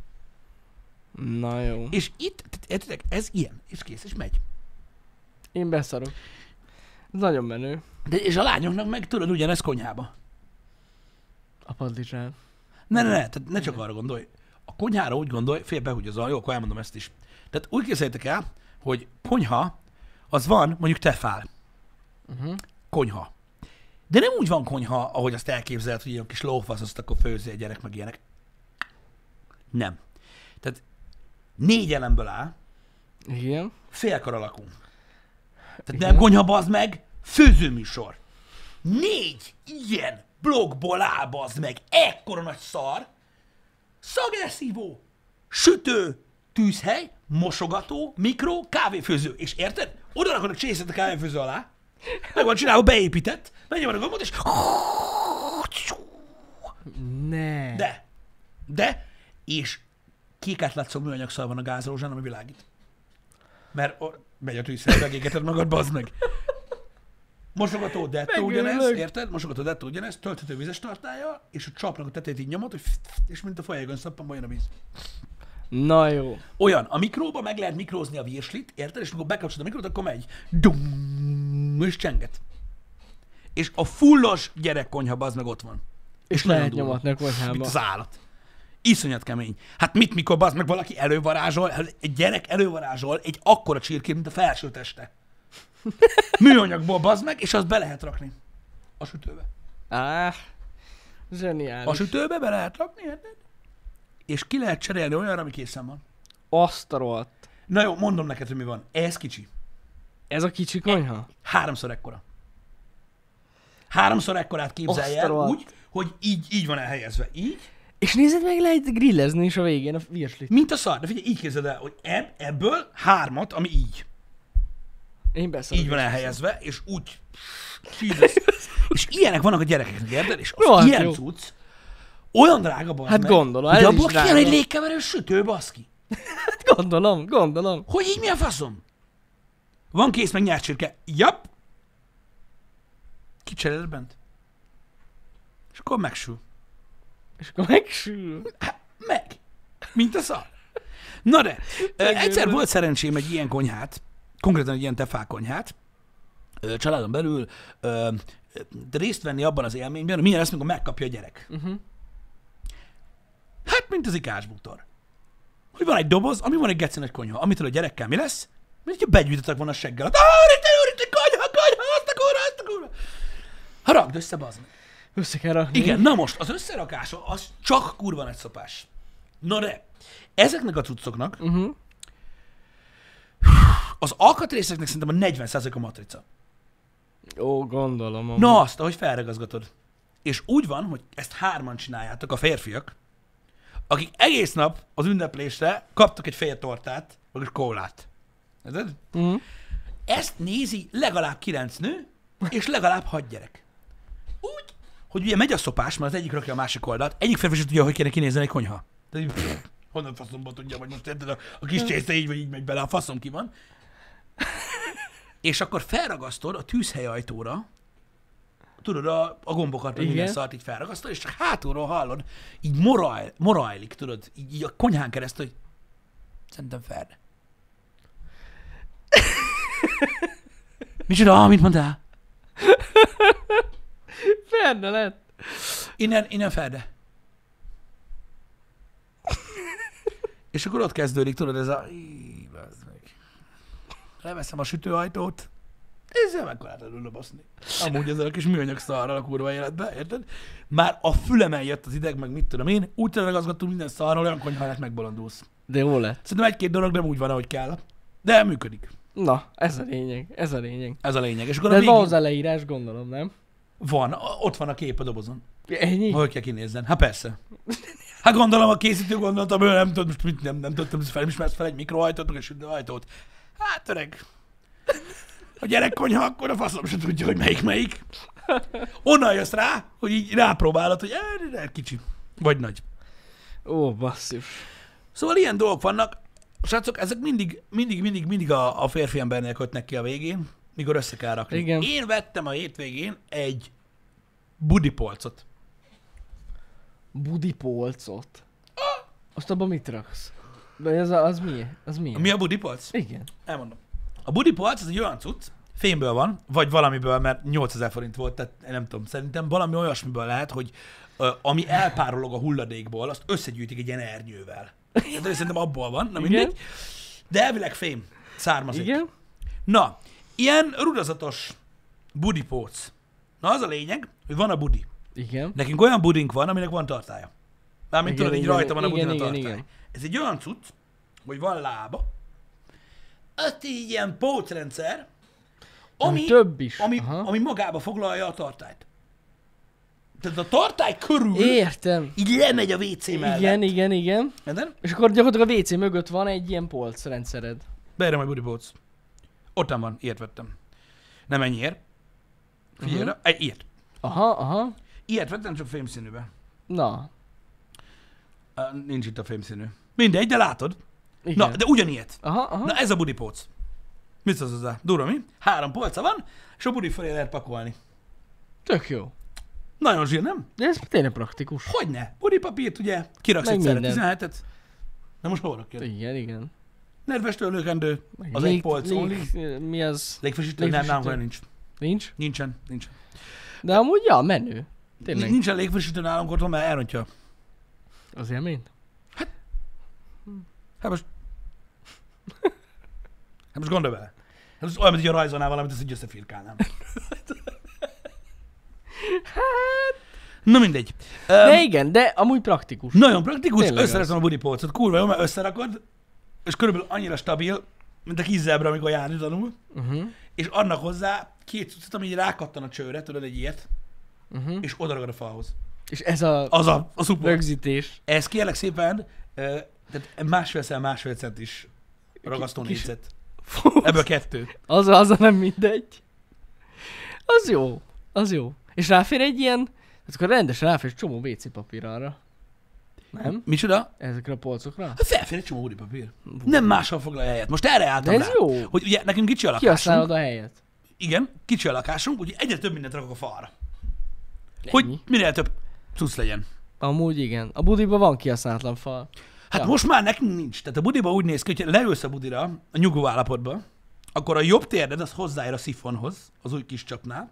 Na jó. És itt, értitek, ez ilyen, és kész, és megy. Én beszarok. Ez nagyon menő. De és a lányoknak meg tudod ugyanez konyhába. A padlizsán. Ne, tehát ne csak arra gondolj. A konyhára úgy gondolj, félbehúgyozol, jó, akkor elmondom ezt is. Tehát úgy képzeljétek el, hogy konyha, az van mondjuk tefál. Konyha. De nem úgy van konyha, ahogy azt elképzeled, hogy ilyen kis lófasz, azt akkor főzi a gyerek, meg ilyenek. Nem. Tehát 4 elemből áll, Igen. félkar alakú. Tehát Igen. nem konyha, bazd meg, főzőműsor. 4 ilyen blokkból áll, bazd meg, ekkora nagy szar, szagelszívó, sütő, tűzhely, mosogató, mikro, kávéfőző. És érted? Oda rakodnak csészet a kávéfőző alá, meg van csinálva, beépített, megnyomod a gombot, és... Ne. De, és kékátlátszó műanyag szal van a gázrózsán, ami világít. Mert megy a tűzhely, megégeted magad, bazd meg. Mosogató dettó ugyanez, érted? Mosogató dettó ugyanez, tölthető vizes tartálya, és a csapnak a tetejét így nyomod, hogy és mint a folyégon szappanban jön a víz. Na jó. Olyan, a mikróba meg lehet mikrózni a virslit, érted? És amikor bekapcsolod a mikrót, akkor megy. Dum, és csenget. És a fullos gyerekkonyha az meg ott van. És nagyon lehet durva. nyomatni a konyhába. Mint az állat. Iszonyat kemény. Hát mikor bazd meg valaki elővarázsol, egy gyerek elővarázsol egy akkora csirkét, mint a felső teste. Műanyagból bazd meg, és azt be lehet rakni. A sütőbe. Zseniális. A sütőbe be lehet rakni, érted? És ki lehet cserélni olyanra, ami készen van. Azt a rohadt. Na jó, mondom neked, hogy mi van. Ez kicsi. Ez a kicsi konyha? 3-szor ekkora. 3-szor ekkorát képzelj Azt a el rohadt. úgy, hogy így van elhelyezve. Így. És nézed meg, lehet grillezni is a végén a virslit. Mint a szar. De figyelj, így képzeld el, hogy ebből 3, ami így. Én beszarok. Így van elhelyezve, és úgy... Jesus. És ilyenek vannak a gyerekeknek, érted? És Rohadt az ilyen jó. cucc olyan drága, bazd Hát meg, gondolom, hogy ez is abból drága. kijön egy légkeverő sütő, baszki. Hát gondolom. Hogy így mi a faszom? Van kész meg nyert csirke. Jap. Kicseréled bent. És akkor megsül. És akkor megsül. Hát, meg. Mint a szar. Na de, egyszer volt szerencsém egy ilyen konyhát, konkrétan egy ilyen tefálkonyhát, családon belül de részt venni abban az élményben, hogy milyen lesz, amikor megkapja a gyerek. Hát, mint az ikásbútor. Hogy van egy doboz, ami van egy geci nagy konyha, amitől a gyerekkel mi lesz, mint hogyha begyűjtöttek volna a seggel. Úristen, konyha, azt a kurva. Ha rakd össze, bazd meg. Össze kell rakni. Igen, na most, az összerakás, az csak kurva nagy szopás. Na de, ezeknek a cuccoknak az alkatrészeknek szerintem a 40% a matrica. Ó, gondolom. amúgy. Na azt, ahogy felragazgatod. És úgy van, hogy ezt 3 csináljátok, a férfiak, akik egész nap az ünneplésre kaptak egy fél tortát, vagy egy kólát. Érted? Ezt nézi legalább 9 nő, és legalább 6 gyerek. Úgy, hogy ugye megy a szopás, mert az egyik rakja a másik oldalt, egyik férfi sem tudja, hogy kéne kinézni egy konyha. Tehát, honnan faszomban tudja, vagy most érted, a kis csésze így vagy így megy bele, a faszom ki van. És akkor felragasztod a tűzhely ajtóra, tudod, a gombokat, vagy minden szart így felragasztod, és csak hátulról hallod, így morajlik, tudod, így a konyhán keresztül, hogy szerintem Ferde. Micsoda, mit mondtál? Ferde lett. Innen Ferde. És akkor ott kezdődik, tudod, ez a... Leveszem a sütőajtót, ezzel mekkorát előle baszni. Amúgy ezzel a kis műanyag szarral a kurva életbe, érted? Már a fülemen jött az ideg, meg mit tudom én, úgy telegazgattunk minden szarral, olyan konyhánát megbolondulsz. De jó lett. Szerintem 1-2 dolog nem úgy van, ahogy kell. De működik. Na, ez a lényeg. Ez a lényeg. És akkor De a van végén... hozzá leírás, gondolom, nem? Van, ott van a kép a dobozon. Ennyi? Hogy kell kinézzen? Hát persze. Hát gondolom a készítő gondoltam, hogy nem tudom, most mit nem tudtam, hogy felismersz fel egy mikroajtót, meg egy sütőajtót. Hát öreg. A gyerek konyha, akkor a faszom sem tudja, hogy melyik. Onnan jössz rá, hogy így rápróbálod, hogy kicsi, vagy nagy. Ó, basszus. Szóval ilyen dolgok vannak. Srácok, ezek mindig a férfi embernél kötnek ki a végén, mikor össze kell rakni. Igen. Én vettem a hétvégén egy budipolcot. Budipolcot. Azt abban mit raksz? De az milyen? Az milyen? Mi a budipolc? Igen. Elmondom. A budipolc az egy olyan cucc, fémből van, vagy valamiből, mert 8000 forint volt, tehát nem tudom, szerintem valami olyasmiből lehet, hogy ami elpárolog a hulladékból, azt összegyűjtik egy ilyen ernyővel. De szerintem abból van, na mindegy. Igen. De elvileg fém származik. Igen? Na, ilyen rudazatos budipóc. Na az a lényeg, hogy van a budi. Igen. Nekünk olyan budink van, aminek van tartálya. Mármint tudod, így rajta van a budin a tartály. Igen. Ez egy olyan cucc, hogy van lába, azt így ilyen pócrendszer, ami, több is. ami magába foglalja a tartályt. Tehát a tartály körül Értem. így lemegy a WC mellett. Igen. Érted? És akkor gyakorlatilag a WC mögött van egy ilyen polcrendszered. Beérem a budipóc. Ottan van, ilyet vettem. Nem ennyiért. Figyelj, ilyet. Aha. Ilyet vettem, csak fémszínűbe. Na. Nincs itt a fémszínű. Mindegy, de látod. Igen. Na, de ugyanilyet. Aha. Na ez a budipóc. Mit szólsz hozzá? Durva, mi? 3 polca van, és a budi fölé lehet pakolni. Tök jó. Nagyon zsír, nem? De ez tényleg praktikus. Hogyne? Budipapírt ugye kiraksz Meg egyszerre minden. 17-et. Na most hol rakjad? Igen. Nedves tőlőkendő, az egy polc only. Mi az? Légfrissítő? Nem, nálunk olyan nincs. Nincs? Nincsen. De amúgy, ja, menő. Tényleg. Nincsen légfrissítő nálunk otthon, mert elrontja. Az élményt? Hát most gondolj bele. Hát most olyan, mint hogy rajzolnál valamit, azt így összefirkálnám. Na mindegy. De igen, de amúgy praktikus. Nagyon praktikus, Tényleg összerakom a budipolcot. Kurva jó, mert összerakod, és körülbelül annyira stabil, mint a kis zebra, amikor járni tanul, és annak hozzá 2 cuccot, ami így rákattan a csőre, tudod, egy ilyet, és odaragad a falhoz. És ez a Az a support. rögzítés. Ez kérlek szépen, tehát másfél centis ragasztó négyzet. Ebből 2. Az nem mindegy. Az jó. Az jó. És ráfér egy ilyen, hát akkor rendesen ráfér egy csomó WC papír arra. Nem? Micsoda? Ezekre a polcokra? Hát felfér egy csomó úripapír. Nem máshol foglalja helyet. Most erre álltam De ez rá, jó. hogy ugye nekünk kicsi a lakásunk. Kihasználod a helyet. Igen, kicsi a lakásunk, úgyhogy egyre több mindent rakok a falra. Ennyi. Hogy minél több cucc legyen. Amúgy igen. A budiban van kihasználatlan fal. Hát Ja. most már nekünk nincs. Tehát a budiba úgy néz ki, hogy leülsz a budira, a nyugvó állapotba, akkor a jobb térded az hozzáér a szifonhoz, az új kis csapnál.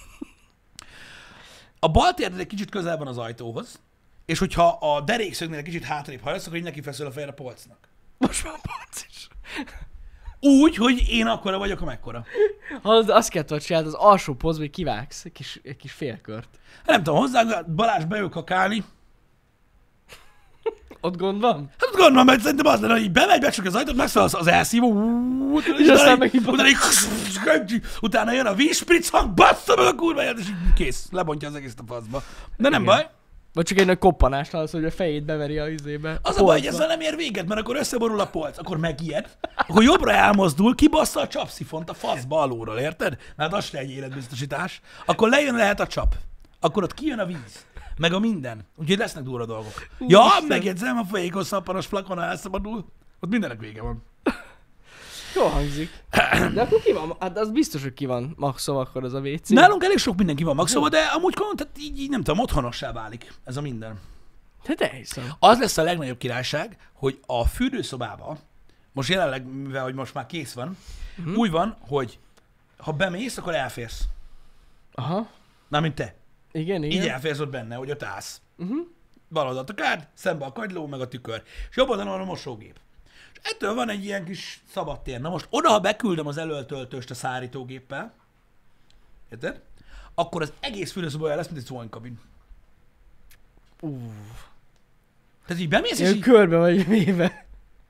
A bal térded egy kicsit közel van az ajtóhoz, és hogyha a derékszögnél egy kicsit hátrébb hajlasz, akkor így neki feszül a fejed a polcnak. Most már polc is. Úgy, hogy én akkora vagyok, amekkora. Hallod, azt kell tudod csinálni, az alsó pozba, hogy kivágsz egy kis félkört. Hát nem tudom, hozzá Balázs bejön kakálni. Ott gond van? Hát gondolom, mert szerintem az lenne, hogy így bemegy, becsukja az ajtót, megszól az elszívó, És aztán meg utána jön a vízspritz hang, bassza meg a kurva élet, és így kész, lebontja az egészet a faszba. De nem Igen. baj. Vagy csak egy nagy koppanást hallasz, hogy a fejét beveri a izébe. Az a baj, hogy ezzel nem ér véget, mert akkor összeborul a polc, akkor megijed, akkor jobbra elmozdul, kibassza a csapszifont a faszba alulról, érted? Mert az se egy életbiztosítás. Akkor lehet a csap. Akkor ott kijön a víz. Meg a minden. Úgyhogy lesznek durva dolgok. Ja, megjegyzem, a folyékos szappanos flakon, ha elszabadul, ott mindenek vége van. Jó hangzik. De akkor ki van? Hát az biztos, hogy ki van maxolva akkor az a WC. Nálunk elég sok mindenki van maxolva, de amúgy tehát így nem tudom, otthonossá válik ez a minden. Hát elhiszem. Az lesz a legnagyobb királyság, hogy a fürdőszobába, most jelenleg, mivel hogy most már kész van, úgy van, hogy ha bemész, akkor elférsz. Aha. Mármint te. Igen, igen. Így elférsz ott benne, hogy ott állsz. Bal oldalt a kád, szembe a kagyló, meg a tükör. És jobb oldalon van a mosógép. És ettől van egy ilyen kis szabad tér. Na most oda, ha beküldöm az előtöltőst a szárítógéppel, érted? Akkor az egész fürdőszoba olyan lesz, mint egy zuhanykabin. Tehát így bemész, és, Ilyen így, körbe vagy véve.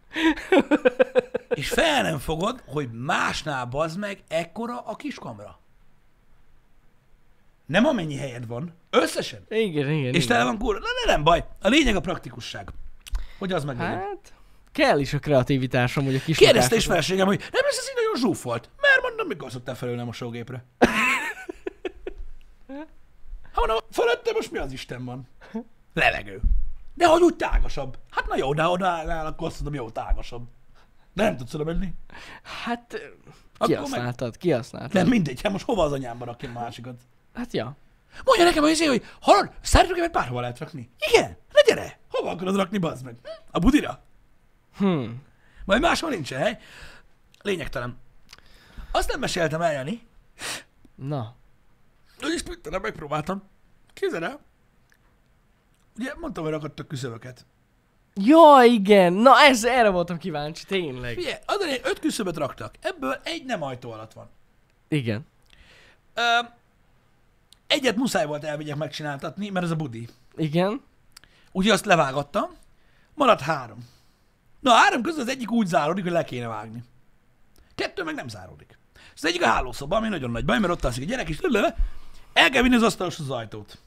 és fel nem fogod, hogy másnál bazd meg ekkora a kiskamra. Nem amennyi helyed van, összesen. Igen, igen. És tele van kurva. Na, nem baj. A lényeg a praktikusság. Hogy az meg legyen. Hát, kell is a kreativitásom, hogy a kis Kérdezte is lakásokon- feleségem, hogy nem lesz ez így nagyon zsúfolt. Mert mondom, mikor szoktál felülni a mosógépre. Ha mondom, fölötte most mi az Isten van? Levegő. De hogy úgy tágasabb. Hát na jó, de oda állnál, akkor azt mondom, jó, tágasabb. De nem tudsz oda menni. Hát, Akkor kihasználtad. Nem mindegy, hát most hova az anyámba rakjam a másikat? Hát ja. Mondja nekem hogy hallod, szárítógépet bárhova lehet rakni. Igen, na gyere, hova akarod rakni, bazd meg? A budira? Majd máshol nincsen hely. Lényegtelen. Azt nem meséltem el, Jani, Na. hogy is Twitterre megpróbáltam. Képzeld el. Ugye mondtam, hogy rakadtak küszöböket. Ja, igen. Na, erre voltam kíváncsi, tényleg. Ugye, addig 5 küszöböt raktak. Ebből egy nem ajtó alatt van. Igen. Egyet muszáj volt elvigyek megcsináltatni, mert ez a budi. Igen. Úgyhogy azt levágattam. Maradt 3. Na, a 3 közül az egyik úgy záródik, hogy le kéne vágni. 2 meg nem záródik. Az egyik a hálószoba, ami nagyon nagy baj, mert ott alszik a gyerek, és el kell vinni az asztaloshoz az ajtót.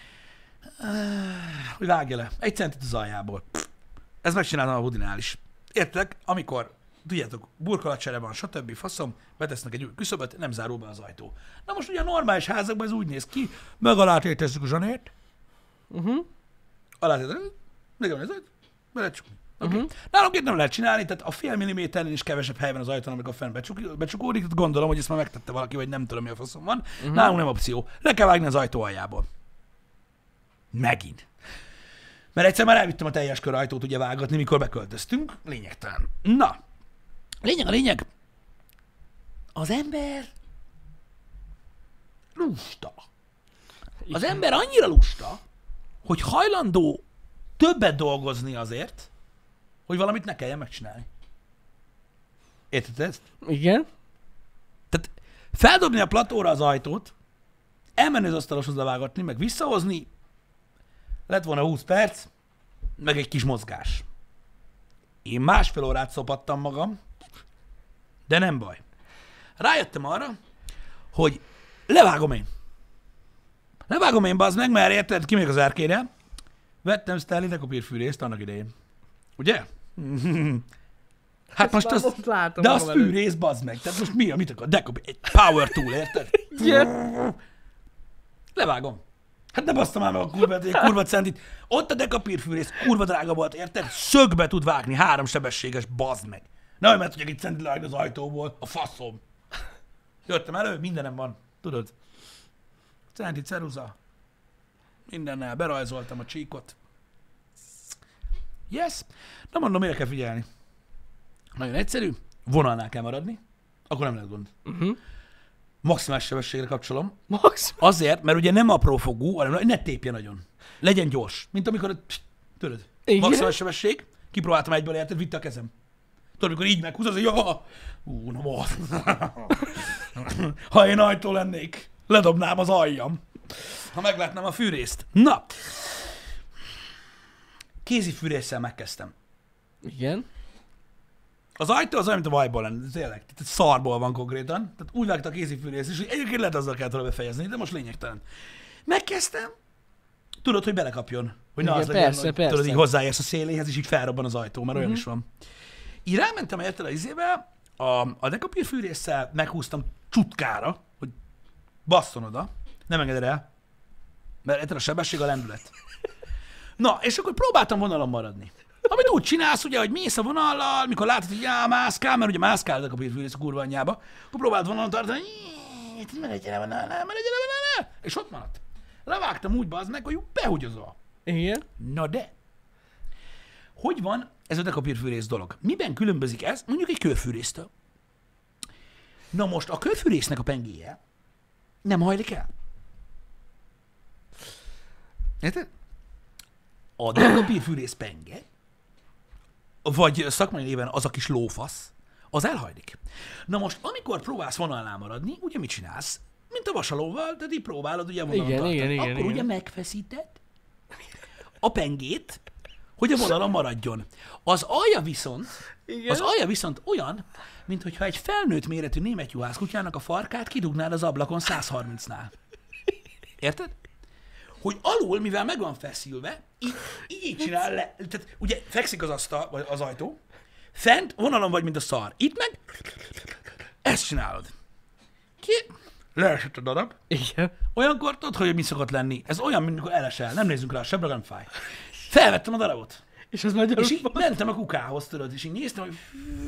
Hogy vágja le. 1 centit az aljából. Ez megcsináltam a budinál is. Értek, amikor, tudjátok, burkolatcsere van, stb. Faszom, betesznek egy új küszöböt, nem zárul be az ajtó. Na most ugye a normális házakban ez úgy néz ki, meg alátétezzük a zsanért, alátétezzük, megem ez belecsukni. Okay. Nálunk itt nem lehet csinálni, tehát a fél milliméternél is kevesebb hely van az ajtón, amikor fenn becsukódik, tehát gondolom, hogy ezt már megtette valaki, vagy nem tudom, mi a faszom van. Nálunk nem opció. Le kell vágni az ajtó aljából. Megint. Mert egyszer már elvittem a teljes kör ajtót ugye vágatni, mikor beköltöztünk. Lényegtelen. Na, lényeg. Az ember lusta. Az ember annyira lusta, hogy hajlandó többet dolgozni azért, hogy valamit ne kelljen megcsinálni. Érted ezt? Igen. Tehát feldobni a platóra az ajtót, elmenni az asztaloshoz levágatni, meg visszahozni, lett volna 20 perc, meg egy kis mozgás. Én 1,5 órát szopattam magam, de nem baj. Rájöttem arra, hogy levágom én. Levágom én, bazd meg, mert érted, kimegyek az erkére. Vettem Stanley dekopírfűrészt annak idején. Ugye? Hát most az... látom De az magam előtt. fűrész, bazd meg. Tehát most mi, mit akar? Dekopír, egy power tool, érted? Igen. Levágom. Hát ne basztam már meg a kurvát, egy kurva centit. Ott a dekapírfűrész kurva drága volt, érted? Szögbe tud vágni, 3 sebességes, bazd meg. Nehogy mert tudjak egy centit levágni az ajtóból, a faszom. Jöttem elő, mindenem van, tudod. Centi, ceruza. Mindennel berajzoltam a csíkot. Yes. Na mondom, mire kell figyelni. Nagyon egyszerű, vonalnál kell maradni, akkor nem lesz gond. Maximális sebességre kapcsolom. Max. Azért, mert ugye nem aprófogú, hanem ne tépje nagyon. Legyen gyors. Mint amikor, tudod, Igen. maximális sebesség, kipróbáltam egyből, érted, vitte a kezem. Tudod, amikor így meghúz, az, hogy na most. Ha én ajtó lennék, ledobnám az aljam. Ha meglátnám a fűrészt. Na. Kézi fűrésszel megkezdtem. Igen. Az ajtó az olyan, mint a vajból lenne, tényleg. Tehát szarból van konkrétan. Tehát úgy vágta a kézifűrész, és egyébként lehet azzal kell tőle befejezni, de most lényegtelen. Megkezdtem. Tudod, hogy belekapjon. Hogy Igen, az legyen, persze, hogy persze. tudod, így hozzáérsz a széléhez, és így felrobban az ajtó, mert olyan is van. Így rámentem érted a izével, a dekapírfűrésszel meghúztam csutkára, hogy basszon oda, nem engeded el, mert érted a sebesség a lendület. Na, és akkor próbáltam vonalon maradni. Amit úgy csinálsz, ugye, hogy mész a vonallal, mikor látod, hogy mászkál, mert ugye mászkál a dekapírfűrész a kurva anyjába, akkor próbáld vonalon tartani, meredj el, és ott maradt. Levágtam úgy, bazd meg, hogy behugyozol. Igen. Na de, hogy van ez a dekapírfűrész dolog? Miben különbözik ez mondjuk egy kőfűrésztől? Na most a kőfűrésznek a pengéje nem hajlik el. Érted? A dekapírfűrész penge, vagy szakmai néven az a kis lófasz, az elhajlik. Na most, amikor próbálsz vonalnál maradni, ugye mit csinálsz? Mint a vasalóval, tehát így próbálod ugye vonalon Igen, tartani. igen, Akkor igen, ugye igen. megfeszíted a pengét, hogy a vonalon maradjon. Az alja viszont olyan, mint hogyha egy felnőtt méretű német juhász kutyának a farkát kidugnád az ablakon 130-nál. Érted? Hogy alul, mivel meg van feszülve, így csinál le. Tehát ugye fekszik az asztal, vagy az ajtó, fent vonalon vagy, mint a szar. Itt meg ezt csinálod. Leesett a darab. Igen. Olyankor tudod, hogy mi szokott lenni. Ez olyan, mint amikor elesel. Nem nézzünk rá a sebbre, nem fáj. Felvettem a darabot. És az magyarul És így mentem a kukához, tudod, és így néztem, hogy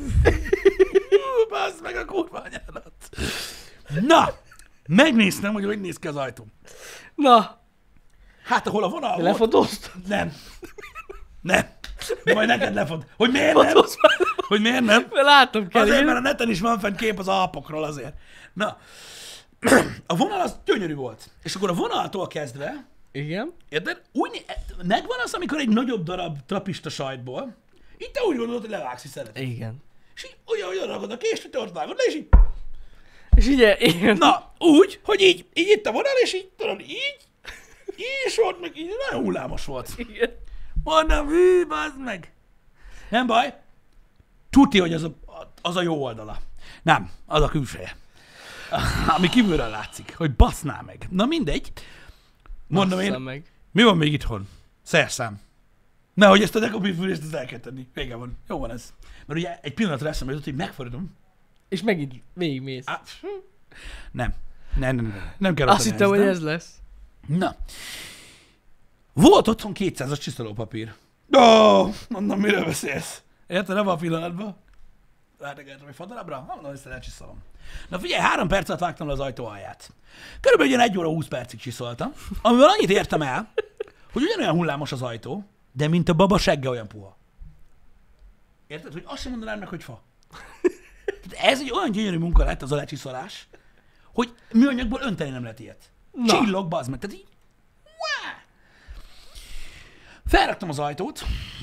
baszd meg a kurva anyádat. Na, megnéztem, hogy néz ki az ajtó. Na, Hát, ahol a vonal volt. lefotóztad? Nem. Nem. De majd neked lefot. Hogy miért nem? Fotózd már. Hogy miért nem? Mert látom kell. Azért, mert a neten is van fent kép az Alpokról azért. Na, a vonal az gyönyörű volt. És akkor a vonaltól kezdve, Igen. érted? Megvan az, amikor egy nagyobb darab trapista sajtból, itt te úgy gondolod, hogy levágsz, hogy szereted. Igen. És így olyan ragad a kést, hogy te ott vágod le, és így. És ugye, igen. Na, úgy, hogy így itt a vonal, és így, tudod, így volt, meg így, nagyon hullámos volt. Igen. Mondom, hű, bazd meg. Nem baj. Tuti, hogy az a jó oldala. Nem, az a külseje. Ami kívülről látszik, hogy basznál meg. Na mindegy. Mondom Bassza én, meg. mi van még itthon? Szerszám. Nehogy ezt a dekapírfűrészt ezt el kell tenni. Vége van. Jó van ez. Mert ugye egy pillanatra eszembe jutott, hogy megfordítom. És megint végigmész. Nem. Nem kell Azt hittem, hogy nem? ez lesz. Na. Volt otthon 200-as csiszolópapír. Ó, mondom, miről beszélsz? Érted, nem a pillanatban? Rátegeltem egy fadarabra? Mondom, ezt elcsiszolom. Na figyelj, 3 perc alatt vágtam le az ajtó alját. Körülbelül ugyan 1 óra 20 percig csiszoltam, amivel annyit értem el, hogy ugyanolyan hullámos az ajtó, de mint a baba segge olyan puha. Érted? Hogy azt sem mondanám meg, hogy fa. Tehát ez egy olyan gyönyörű munka lett az a lecsiszolás, hogy műanyagból önteni nem lehet ilyet. Na. Csillog, bazd meg. Tehát így... Uá! Felraktam az ajtót,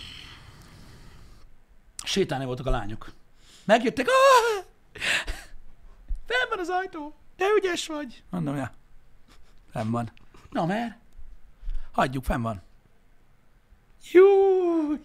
sétálni voltak a lányok. Megjöttek, fenn van az ajtó, de ügyes vagy. Mondom, ja, fenn van. Na, mert? Hagyjuk, fenn van. Júj!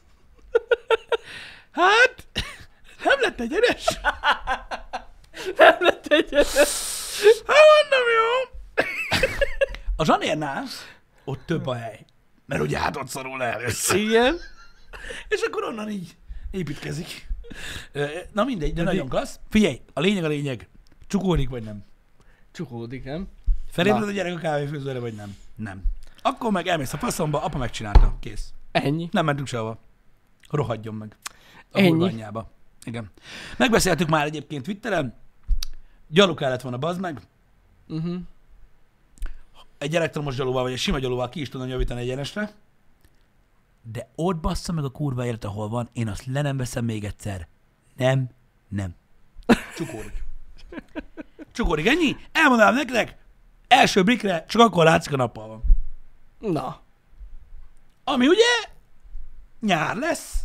Hát, nem lett egyenes? Nem lett egyenes. Hát mondom, jó. A zsanérnál ott több a hely. Mert ugye hát ott szorul el össze. Igen. És akkor onnan így építkezik. Na mindegy, de nagyon klassz. Figyelj, a lényeg. Csukódik vagy nem? Csukódik, nem? Felébred a gyerek a kávéfőzőre vagy nem? Nem. Akkor meg elmész a faszomba, apa megcsinálta. Kész. Ennyi. Nem mentünk sehova. Rohadjon meg. A Ennyi. kurva anyjába. Igen. Megbeszéltük már egyébként Twitteren. Gyaluk kellett volna, bazd meg. Uh-huh. Egy elektromos gyalúval, vagy egy sima gyalúval ki is tudnom javítani egyenesre. De ott bassza meg a kurva élet, ahol van, én azt le nem veszem még egyszer. Nem. Csukódik. Csukódik, ennyi? Elmondanám nektek, első blikre csak akkor látszik a nappal van. Na. Ami ugye nyár lesz.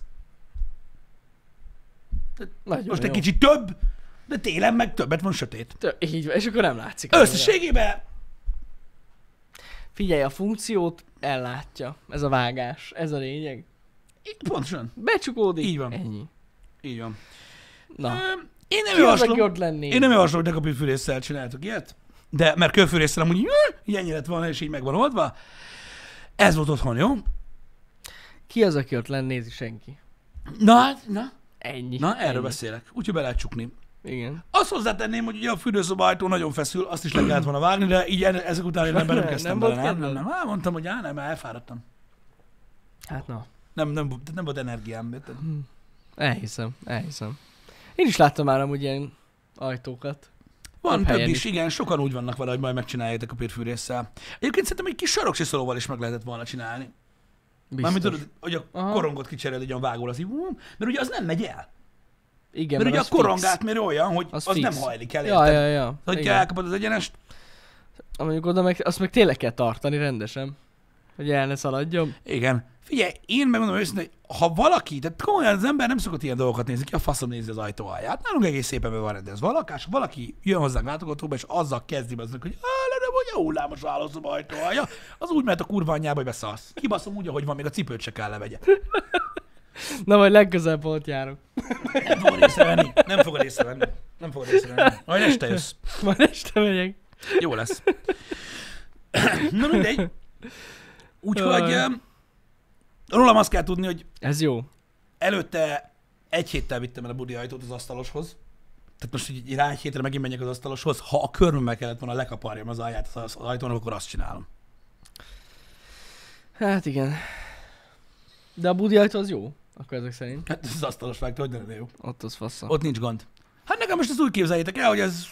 Nagyon Most jó. egy kicsit több, de télen meg többet van sötét. Így van, és akkor nem látszik. Összességében Figyelj, a funkciót ellátja. Ez a vágás. Ez a lényeg. pontosan. Becsukódik. Így van. Ennyi. Így van. Na. Én nem Ki az, aki javaslom, ott lennél? én nem javaslom, hogy dekapőfűrésszel csináltok ilyet, de mert kőfűrésszel amúgy így ennyi lett volna, és így meg van oldva. Ez volt otthon, jó? Ki az, aki ott lenn, nézi senki. Na, Ennyi. erről Ennyi. beszélek. Úgyhogy be lehet csukni. Igen. Azt hozzátenném, hogy ugye a fürdőszoba ajtó nagyon feszül, azt is le kellett volna vágni, de így ezek után én nem kezdtem Nem bele. volt Nem. Hát mondtam, hogy nem, elfáradtam. Hát na. Nem volt energiám. Érted? Elhiszem. Én is láttam már amúgy ilyen ajtókat. Van Több több helyen is, is. igen, sokan úgy vannak vele, hogy majd megcsináljátok a pérfűrésszel. Egyébként szerintem egy kis saroksiszolóval is meg lehetett volna csinálni. Mármint Biztos. tudod, hogy a Aha. korongot kicseréled egy olyan vágóra, az így, mert ugye az nem megy el. Igen, Mert ugye a az fix. korongát mér olyan, hogy az fix. nem hajlik el, érted? Ja. Hogy Igen. elkapod az egyenest, Mondjuk oda meg, azt meg tényleg kell tartani rendesen. Hogy el ne szaladjon. igen. Figyelj, én megmondom őszintén, hogy ha valaki, tehát komolyan az ember nem szokott ilyen dolgokat nézni, ki a faszom nézi az ajtó alját. Nálunk egész szépen be van rendezve a lakás, valaki jön hozzánk látogatóba, és azzal kezdi be aznak, hogy nem, hogy a hullámos válaszom ajtó alja, az úgy mehet a kurva anyjába, hogy beszarsz. Kibaszom úgy, ahogy van, még a cipőt se kell levegye. Na majd legközelebb ott járok. Nem fogod észrevenni. Majd este jössz. Majd este megyek. Jó lesz. Na mindegy. Úgyhogy rólam azt kell tudni, hogy Ez jó. előtte egy héttel vittem el a budi ajtót az asztaloshoz. Tehát most így rá egy hétre megint menjek az asztaloshoz. Ha a körmömmel kellett volna lekaparjam az alját az ajtónak, akkor azt csinálom. Hát igen. De a budi ajtó az jó. Akkor ezek szerint. Hát az asztalos vágta, hogy nem jó. Ott az fassa. Ott nincs gond. Hát nekem most ezt úgy képzeljétek el, hogy ez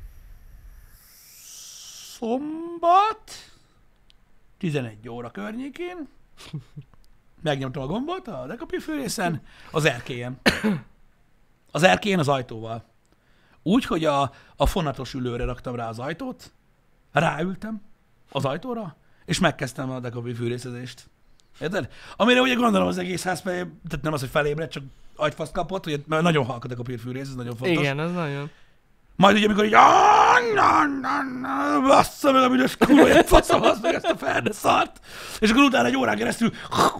szombat 11 óra környékén. Megnyomtam a gombot a dekapőfűrészen, az erkélyen. Az erkélyen az ajtóval. Úgy, hogy a fonatos ülőre raktam rá az ajtót, ráültem az ajtóra, és megkezdtem a dekapőfűrészezést. Érted? Amire ugye gondolom az egész ház felé, tehát nem az, hogy felébredt, csak agyfaszt kapott, hogy mert nagyon halk a dekapőfűrész, ez nagyon fontos. Igen, az nagyon. Majd ugye, amikor így bassza meg a büdös kurva, faszom, azt meg ezt a ferde szart. És akkor utána egy órán keresztül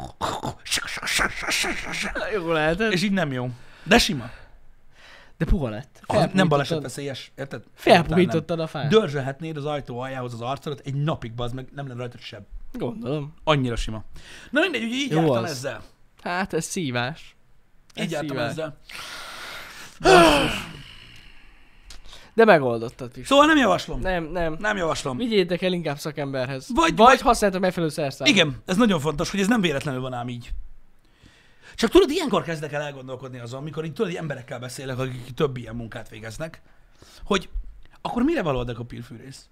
Jó lehetett. és így nem jó. De sima. De puha lett. Nem balesetveszélyes, érted? Felpuhítottad a fát. Dörzsölhetnéd az ajtó aljához az arcodat egy napig, bazd meg, nem lenne rajtad seb. Gondolom. Annyira sima. Na mindegy, ugye így Jó jártam az. ezzel. Hát ez szívás. Így jártam szívás. ezzel. De megoldottad is. Szóval nem javaslom. Nem. Nem javaslom. Vigyétek el inkább szakemberhez. Vagy- Vagy használjátok megfelelő szerszámot. Igen, ez nagyon fontos, hogy ez nem véletlenül van ám így. Csak tudod, ilyenkor kezdek el elgondolkodni azon, amikor így tudod, hogy emberekkel beszélek, akik több ilyen munkát végeznek, hogy akkor mire való a dekapilfűrész?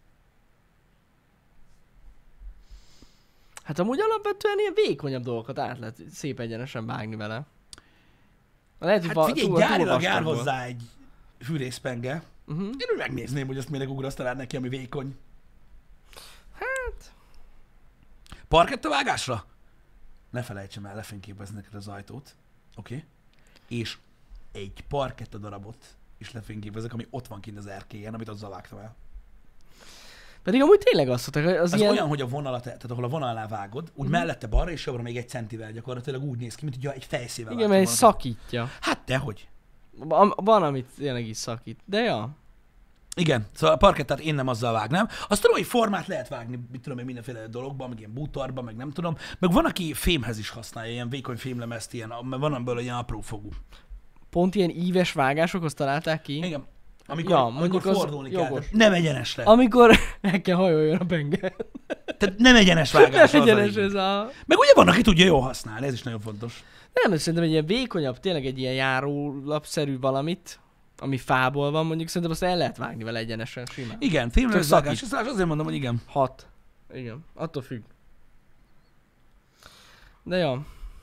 Hát amúgy alapvetően ilyen vékonyabb dolgokat át lehet szép egyenesen vágni vele. Lehet, hogy Hát figyelj, gyárilag jár vastag volt. hozzá egy fűrészpenge. Uh-huh. Én úgy megnézném, hogy azt minek ugrasztanád neki, ami vékony. Hát... Parkettavágásra? Ne felejtsem el lefényképezni neked az ajtót. Oké? Okay? És egy parketta darabot is lefényképezek, ami ott van kint az erkélyen, amit azzal vágtam el. Pedig amúgy tényleg azt mondták, hogy az Ez ilyen... olyan, hogy a vonalat, tehát ahol a vonalnál vágod, úgy mellette balra és jobbra még egy centivel gyakorlatilag úgy néz ki, mint hogy egy fejszével Igen, vágtam mert volna. szakítja. Hát dehogy. Van, amit tényleg is szakít. De ja. Igen, szóval a parkettát én nem azzal vágnám. Azt tudom, hogy formát lehet vágni, mit tudom én, mindenféle dologban, meg ilyen bútorban, meg nem tudom. Meg van, aki fémhez is használja, ilyen vékony fémlemezt, ilyen, mert van abból ilyen apró fogú. Pont ilyen íves vágásokhoz találták ki? Igen. Amikor fordulni kell. jogos. Nem egyenesre. Amikor el kell hajoljon a penge. Tehát nem egyenes vágás. Nem az egyenes a ez a... Meg ugye van, aki tudja jól használni, ez is nagyon fontos. Nem, szerintem egy ilyen vékonyabb, tényleg egy ilyen járólapszerű valamit, ami fából van, mondjuk szerintem azt el lehet vágni vele egyenesen simán. Igen, fémlemes Csak vágás, azért mondom, hogy igen. 6. Igen, attól függ. De ja,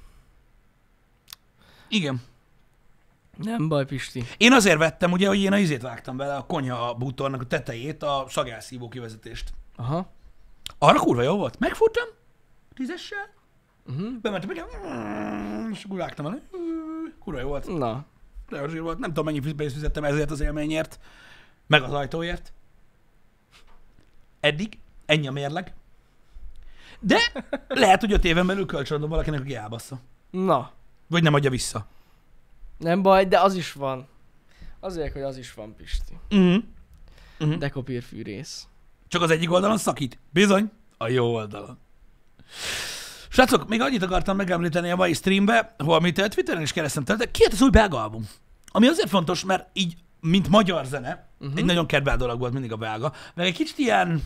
Igen. nem baj, Pisti. Én azért vettem, ugye, hogy én a izét vágtam vele, a konyha bútornak a tetejét, a szagelszívó kivezetést. Aha. Arra kurva jó volt. Megfuttam, 10-essel, bementem, és akkor vágtam vele. Kurva jó volt. Na. Nagyon zsír volt. Nem tudom, mennyi pénzt fizettem ezért az élményért, meg az ajtóért. Eddig, ennyi a mérleg. De lehet, hogy 5 éven belül kölcsönadom valakinek, aki elbassza. Na. Vagy nem adja vissza. Nem baj, de az is van. Azért, hogy az is van, Pisti. Dekopírfűrész. Csak az egyik oldalon szakít. Bizony, a jó oldalon. Srácok, még annyit akartam megemlíteni a mai streambe, hol amit Twitteren is keresztem tőle, kijött az új belga album. Ami azért fontos, mert így, mint magyar zene, egy nagyon kedvelt dolog volt mindig a belga, meg egy kicsit ilyen,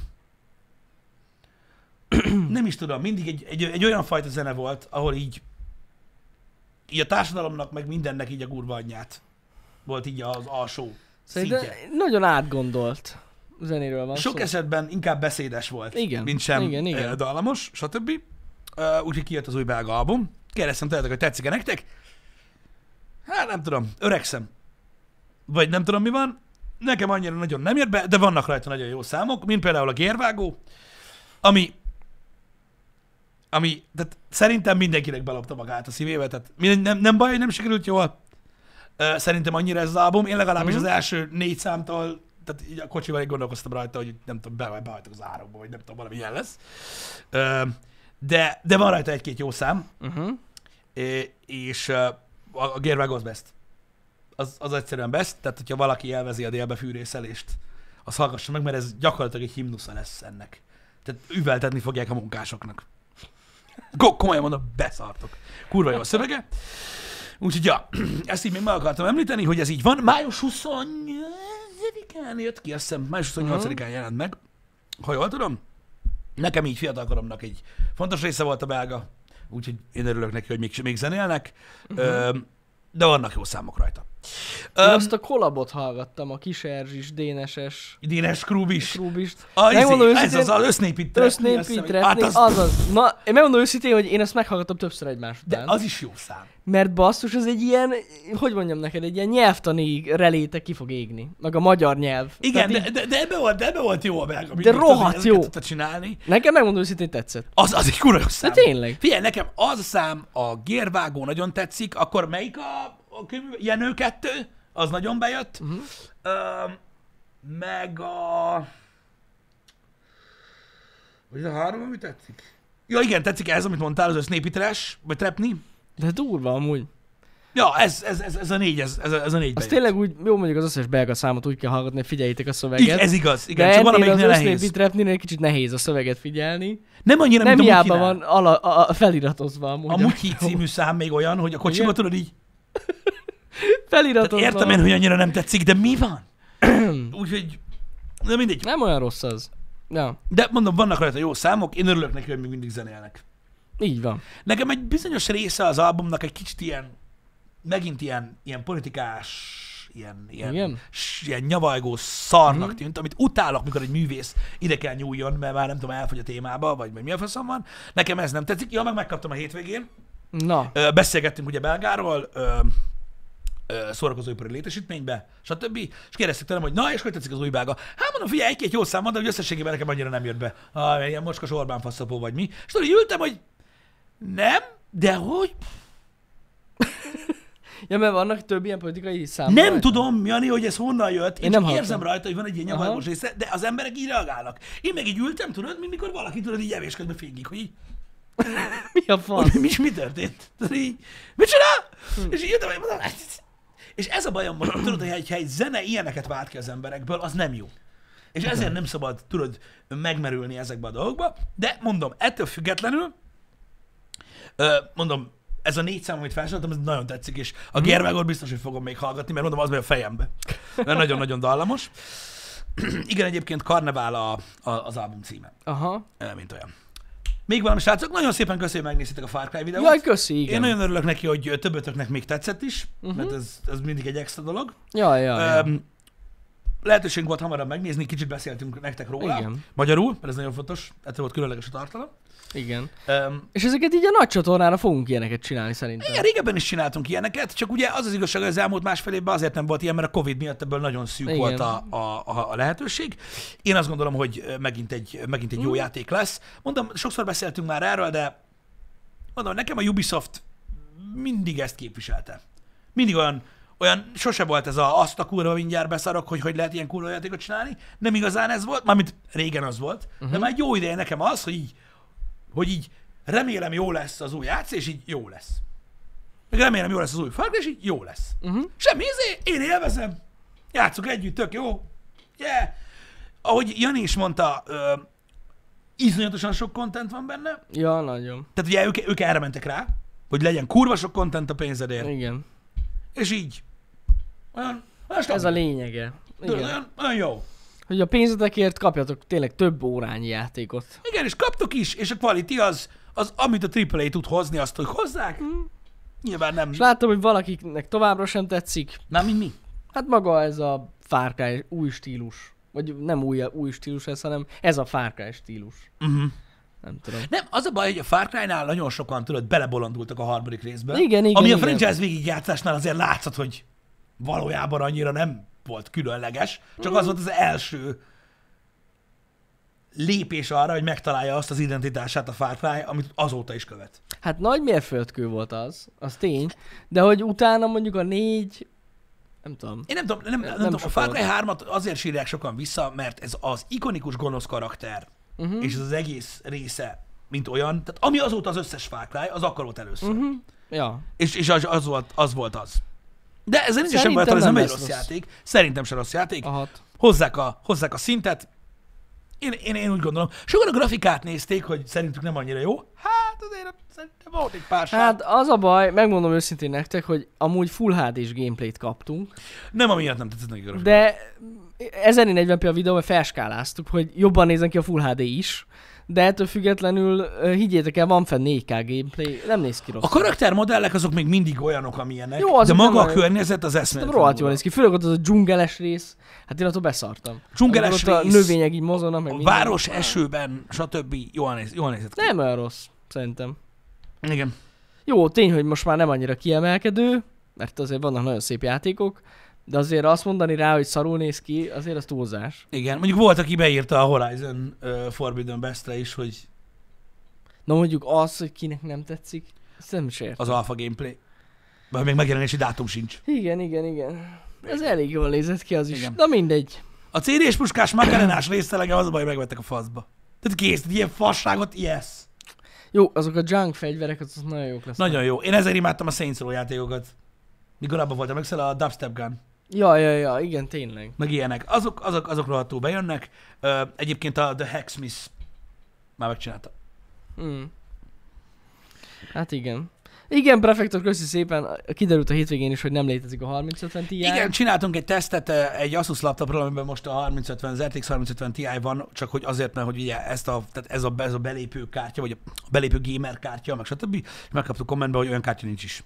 nem is tudom, mindig egy olyan fajta zene volt, ahol így a társadalomnak, meg mindennek így a kurva anyját volt így az alsó Szerintem szintje. nagyon átgondolt zenéről van Sok szó. esetben inkább beszédes volt, Igen, mint sem igen. dallamos, stb. Úgyhogy kijött az új belga album. Kérdeztem tőletek, hogy tetszik-e nektek? Hát nem tudom, öregszem. Vagy nem tudom mi van. Nekem annyira nagyon nem jött be, de vannak rajta nagyon jó számok, mint például a Gérvágó, ami tehát szerintem mindenkinek belopta magát a szívébe, tehát nem baj, hogy nem sikerült jól. Szerintem annyira ez az album. Én legalábbis az első 4 számtól, tehát így a kocsival így gondolkoztam rajta, hogy nem tudom, behajtok az árokba, vagy nem tudom, valami ilyen lesz. De van rajta egy-két jó szám, és a Gérvágó az best. Az egyszerűen best, tehát hogyha valaki élvezi a délbefűrészelést, az hallgassa meg, mert ez gyakorlatilag egy himnusza lesz ennek. Tehát üveltetni fogják a munkásoknak. Komolyan mondom, beszartok. Kurva jó a szövege. Úgyhogy ja, ezt így még meg akartam említeni, hogy ez így van. Május 28-án jött ki, azt hiszem, május 28-án jelent meg, ha jól tudom. Nekem így fiatalkoromnak egy fontos része volt a belga, úgyhogy én örülök neki, hogy még zenélnek, de vannak jó számok rajta. Én azt a kollabot hallgattam, a Kis Erzsis, Déneses, Dénes Krúbis. Krúbist. Ez az össznépít Össznépítretni, azaz. Na, én megmondom őszintén, hogy én ezt meghallgattam többször egymás után. De az is jó szám. Mert basszus, az egy ilyen, hogy mondjam neked, egy ilyen nyelvtani reléte ki fog égni. Meg a magyar nyelv. Igen, de ebbe volt jó a belga. De rohadt jó. Tudta csinálni. Nekem megmondom őszintén tetszett. Az egy kurva jó szám. De tényleg. Figyelj, nekem az a szám, a Gérvágó nagyon tetszik, akkor melyik a Jenő 2? Az nagyon bejött. Meg a... Vagy a 3, ami tetszik? Ja igen, tetszik ez, amit mondtál, az össznépi trash, vagy trapni. De durva amúgy. Ja, ez a 4, ez a 4 Az bejött. tényleg úgy, jó mondjuk az összes belga számot úgy kell hallgatni, hogy figyeljétek a szöveget. Ez igaz, igen, de csak van, ennél amelyiknél az nehéz. össznépi trapnél egy kicsit nehéz a szöveget figyelni. Nem annyira, Nem mint a hiába Mutyi-nál. van feliratozva amúgy. A Mutyi című szám még olyan, hogy a kocsiba tudod így... Feliratozva. Tehát értem én, hogy annyira nem tetszik, de mi van? Úgyhogy... De mindegy. Nem olyan rossz az. Ja, De mondom, vannak rajta jó számok, én örülök neki, hogy még mindig zenélnek. így van. Nekem egy bizonyos része az albumnak egy kicsit ilyen, megint ilyen politikás, ilyen nyavajgó szarnak tűnt, amit utálok, mikor egy művész ide kell nyúljon, mert már nem tudom, elfogy a témába, vagy mi a faszom van. Nekem ez nem tetszik. Ja, megkaptam a hétvégén. Na. Beszélgettünk ugye belgáról, szórakozóipari létesítménybe, stb. És kérdezték tőlem, hogy na, és hogy tetszik az új belga? Hát mondom, figyelj, egy-két jó szám van, de hogy összességében nekem annyira nem jött be. Ilyen mocskos Orbán faszapó vagy mi. És tudod, ültem, hogy nem, de hogy? Ja, mert vannak több ilyen politikai szám. Nem rajta? tudom, Jani, hogy ez honnan jött. Én nem csak hallottam. érzem rajta, hogy van egy ilyen nyavajgós része, de az emberek így reagálnak. Én meg így ültem, tudod, mint mikor valaki, tudod, így evés közben fingik, hogy így, Mi a fasz? mi történt? Tudod, így, mit csinál? És így jöttem, hogy mondom, És ez a bajom, hogy tudod, hogy ha egy zene ilyeneket vált ki az emberekből, az nem jó. És ezért nem szabad, tudod, megmerülni ezekbe a dolgokba, de mondom, ettől függetlenül, mondom, ez a 4 szám, amit felsoroltam, ez nagyon tetszik, és a Gervágor biztos, hogy fogom még hallgatni, mert mondom, az megy a fejembe. Mert nagyon-nagyon dallamos. Igen, egyébként Karnevál az album címe. Aha. Mint olyan. Még valami, srácok, nagyon szépen köszönöm, hogy megnéztétek a Far Cry videót. Jaj, köszi, igen. Én nagyon örülök neki, hogy többötöknek még tetszett is, mert ez mindig egy extra dolog. Ja. Lehetőségünk volt hamarabb megnézni, kicsit beszéltünk nektek róla. Igen. Magyarul, mert ez nagyon fontos, ettől volt különleges a tartalom. Igen. És ezeket így a nagy csatornára fogunk ilyeneket csinálni szerintem. Igen, régebben is csináltunk ilyeneket, csak ugye az igazság, hogy az elmúlt másfél évben azért nem volt ilyen, mert a Covid miatt ebből nagyon szűk volt a lehetőség. Én azt gondolom, hogy megint egy jó játék lesz. Mondom, sokszor beszéltünk már erről, de mondom, nekem a Ubisoft mindig ezt képviselte. Mindig olyan sose volt ez azt a kurva mindjárt beszarok, hogy lehet ilyen kurva játékot csinálni. Nem igazán ez volt, mármint régen az volt, de már egy jó ideje nekem az, hogy így remélem jó lesz az új játék, és így jó lesz. Meg remélem jó lesz az új Far Cry, és így jó lesz. Semmi, én élvezem. Játszunk együtt, tök jó. Yeah. Ahogy Jani is mondta, iszonyatosan sok content van benne. Ja, nagyon. Tehát ugye ők erre mentek rá, hogy legyen kurva sok content a pénzedért. Igen. És így. Olyan ez a lényege. Igen. Olyan jó. Hogy a pénzetekért kapjatok tényleg több órányi játékot. Igen, és kaptok is, és a quality az amit a AAA tud hozni, azt, hogy hozzák. Nyilván nem. És láttam, hogy valakiknek továbbra sem tetszik. Na, mint mi? Hát maga ez a Far Cry új stílus. Vagy nem új stílus ez, hanem ez a Far Cry stílus. Nem tudom. Nem, az a baj, hogy a Far Cry-nál nagyon sokan, tudod, belebolondultak a harmadik részbe. Igen. Ami a franchise végigjátszásnál azért látszott, hogy valójában annyira nem volt különleges, csak az volt az első lépés arra, hogy megtalálja azt az identitását a Far Cry, amit azóta is követ. Hát nagy mérföldkő volt az tény, de hogy utána mondjuk a 4, nem tudom. Én nem tudom, a Far Cry 3-at azért sírják sokan vissza, mert ez az ikonikus gonosz karakter, és ez az egész része, mint olyan, tehát ami azóta az összes Far Cry, az akkor volt először. Ja. És az volt az. De ezzel nincs sem baj, ez nem egy rossz játék. Szerintem sem rossz játék. Hozzák a szintet. Én úgy gondolom. Sokan a grafikát nézték, hogy szerintük nem annyira jó. Hát azért szerintem volt egy pár sáv. Hát az a baj, megmondom őszintén nektek, hogy amúgy Full HD-s gameplayt kaptunk. Nem amiatt nem tetszett neki a grafika. De 1040p a videóban felskáláztuk, hogy jobban nézzen ki a Full HD is. De ettől függetlenül, higgyétek el, van fenn 4K gameplay, nem néz ki rosszul. A karaktermodellek azok még mindig olyanok, amilyenek, jó, de maga a környezet az eszméletlen. Rohadt jól néz ki, főleg ott az a dzsungeles rész, hát én attól beszartam. Dzsungeles rész, a növények így mozognak, meg minden. Város esőben, stb. Jól nézett ki. Nem olyan rossz, szerintem. Igen. Jó, tény, hogy most már nem annyira kiemelkedő, mert azért vannak nagyon szép játékok, de azért azt mondani rá, hogy szarul néz ki, azért az túlzás. Igen, mondjuk volt, aki beírta a Horizon Forbidden Westre is, hogy... Na mondjuk az, hogy kinek nem tetszik, ezt nem is értem. Az alpha gameplay. Vagy még megjelenési dátum sincs. Igen. Ez elég jól nézett ki az is. Igen. Na mindegy. A CD-s puskás makarenás résztelege az a baj, hogy megvettek a faszba. Tehát kész, ilyen fasságot, yes. Jó, azok a junk fegyverek, azok nagyon jók lesznek. Nagyon jó. Én ezért imádtam a Saints Row játékokat. Mikor abban voltam, a Dubstep Gun. Ja, igen, tényleg. Meg ilyenek. Azok rohadtul bejönnek. Egyébként a The Hacksmith már megcsinálta. Hát igen. Igen, Prefektor, köszi szépen. Kiderült a hétvégén is, hogy nem létezik a 3050 Ti. Igen, csináltunk egy tesztet egy Asus laptopról, amiben most a 3050, az RTX 3050 Ti van, csak hogy azért, mert hogy ugye ez a belépő kártya, vagy a belépő gamer kártya, meg stb. Megkaptuk kommentbe, hogy olyan kártya nincs is.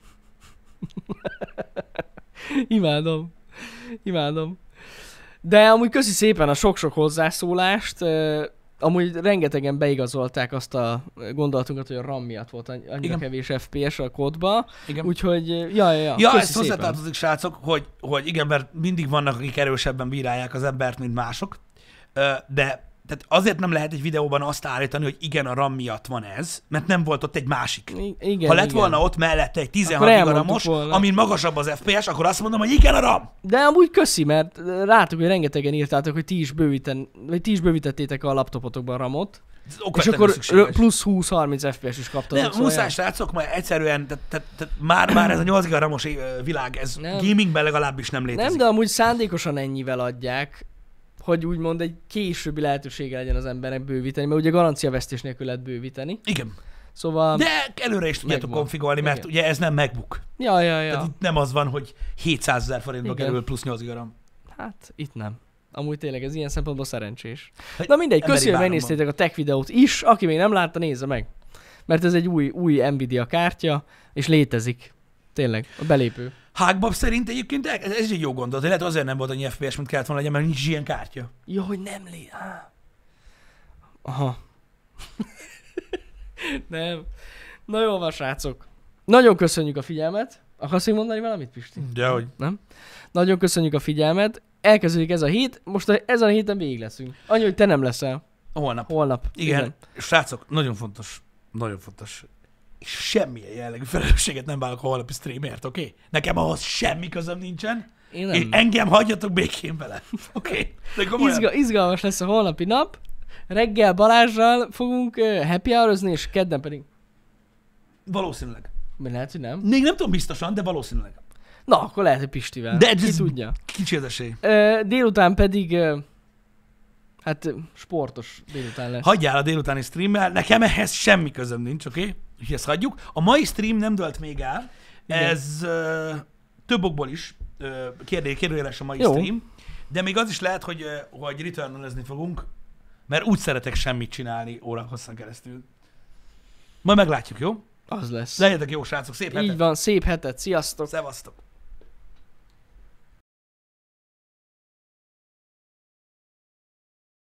Imádom. De amúgy köszi szépen a sok-sok hozzászólást. Amúgy rengetegen beigazolták azt a gondolatunkat, hogy a RAM miatt volt annyira kevés FPS a kódba. Igen. Úgyhogy, ja, ezt hozzátartozik, srácok, hogy igen, mert mindig vannak, akik erősebben bírálják az embert, mint mások. De tehát azért nem lehet egy videóban azt állítani, hogy igen, a RAM miatt van ez, mert nem volt ott egy másik. Igen, ha lett igen. volna ott mellette egy 16 Akkor gigaramos, volna. amin magasabb az FPS, akkor azt mondom, hogy igen, a RAM. De amúgy köszi, mert látok, hogy rengetegen írtátok, hogy ti is bővítettétek a laptopotokban a RAM-ot, és akkor plusz 20-30 FPS is kaptatok. De muszáj, srácok, mert egyszerűen, már ez a 8 gigaramos világ, ez gamingben legalábbis nem létezik. Nem, de amúgy szándékosan ennyivel adják, hogy úgymond egy későbbi lehetősége legyen az embernek bővíteni, mert ugye garanciavesztés nélkül lehet bővíteni. Igen. Szóval... De előre is tudjátok konfigolni, mert ugye ez nem MacBook. Ja. Tehát itt nem az van, hogy 700 000 forintba kerül plusz 8 gigaram. Hát itt nem. Amúgy tényleg ez ilyen szempontból szerencsés. Na mindegy, köszi, hogy megnéztétek van. a tech videót is, aki még nem látta, nézze meg. Mert ez egy új Nvidia kártya, és létezik. Tényleg, a belépő. Hágbab szerint egyébként ez egy jó gondolat, de lehet azért nem volt annyi FPS, mint kellett volna legyen, mert nincs ilyen kártya. Jó, hogy nem Aha. Nem. Na jó van, srácok. Nagyon köszönjük a figyelmet. Akarsz még mondani valamit, Pisti? Dehogy. Nem? Nagyon köszönjük a figyelmet. Elkezdődik ez a hét. Most ezen a héten végig leszünk. Annyi, hogy te nem leszel. Holnap. Igen. Srácok, nagyon fontos. Semmilyen jellegű felelősséget nem vállalok a holnapi streamért, oké? Okay? Nekem ahhoz semmi közöm nincsen. És engem hagyjatok békén vele. Oké? Okay? Izgalmas lesz a holnapi nap. Reggel Balázsral fogunk happy hour-ozni, és kedden pedig... Valószínűleg. Mert lehet, hogy nem. Még nem tudom biztosan, de valószínűleg. Na, akkor lehet, hogy Pistivel. De ki tudja. Kicsi az esély. Délután pedig... Hát sportos délután lesz. Hagyjál a délutáni streammel, nekem ehhez semmi közöm nincs, oké? Okay? Úgyhogy ezt hagyjuk. A mai stream nem dölt még el. Igen. Ez több okból is kérdőjeles a mai stream. De még az is lehet, hogy return-elezni fogunk, mert úgy szeretek semmit csinálni óra hosszan keresztül. Majd meglátjuk, jó? Az lesz. Legyetek jó, srácok, szép hetet! Így van, szép hetet, sziasztok! Szevasztok!